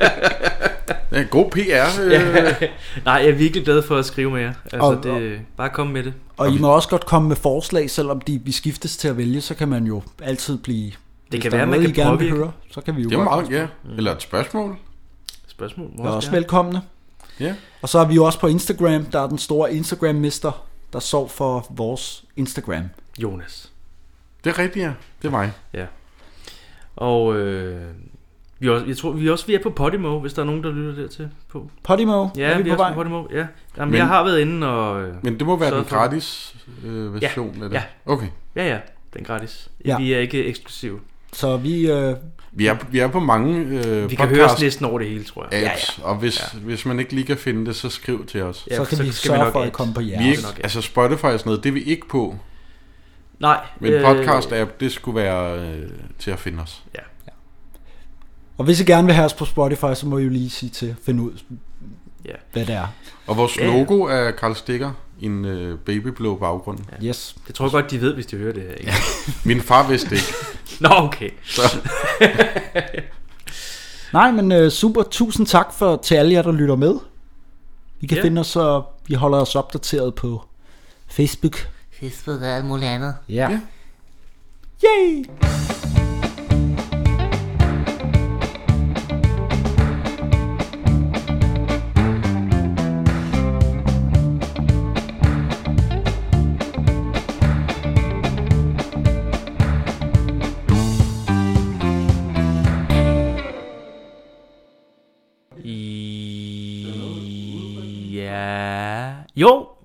Ja, god P R. Øh. Ja. Nej, jeg er virkelig glad for at skrive med jer. Altså, og, det, og, bare kom med det. Og, og I må også godt komme med forslag, selvom de vi skiftes til at vælge, så kan man jo altid blive... Det kan være, man kan gerne påvirke. høre, så kan vi jo det er meget, ja. Eller et spørgsmål. Spørgsmål. Er også velkomne. Ja. Og så er vi jo også på Instagram. Der er den store Instagram-mister, der sov for vores Instagram. Jonas. Det er rigtigt, ja. Det er mig. Ja. Og øh, vi er også, jeg tror, vi er også vi er på Podimo, hvis der er nogen, der lytter dertil på. Podimo? Ja, er vi, vi på er vej? på Podimo. Ja. Jamen, men, jeg har været inde og... Men det må være den gratis øh, version ja, af det? Ja. Okay. Ja, ja. Den gratis. Ja. Vi er ikke eksklusive. Så vi... Øh, vi, er, vi er på mange øh, vi kan høre os næsten over det hele, tror jeg. Apps, ja, ja. Og hvis, ja. hvis man ikke lige kan finde det, så skriv til os. Ja, så kan så vi sørge vi for at komme på jeres. Vi er ikke, altså Spotify og sådan noget, det er vi ikke på. Nej. Men øh, podcast-app, det skulle være øh, til at finde os. Ja. ja. Og hvis I gerne vil have os på Spotify, så må I jo lige sige til at finde ud, ja. hvad det er. Og vores logo ja. er Karl Stikker i en øh, babyblå baggrund. Ja. Yes. Det tror jeg godt, de ved, hvis de hører det her. Ikke? Min far vidste ikke. Nå, okay. Så. Nej, men øh, super. Tusind tak for, til alle jer, der lytter med. I kan ja. finde os, og vi holder os opdateret på Facebook. Facebook og alt muligt andet. Ja. ja. Yay! Ja. Jo,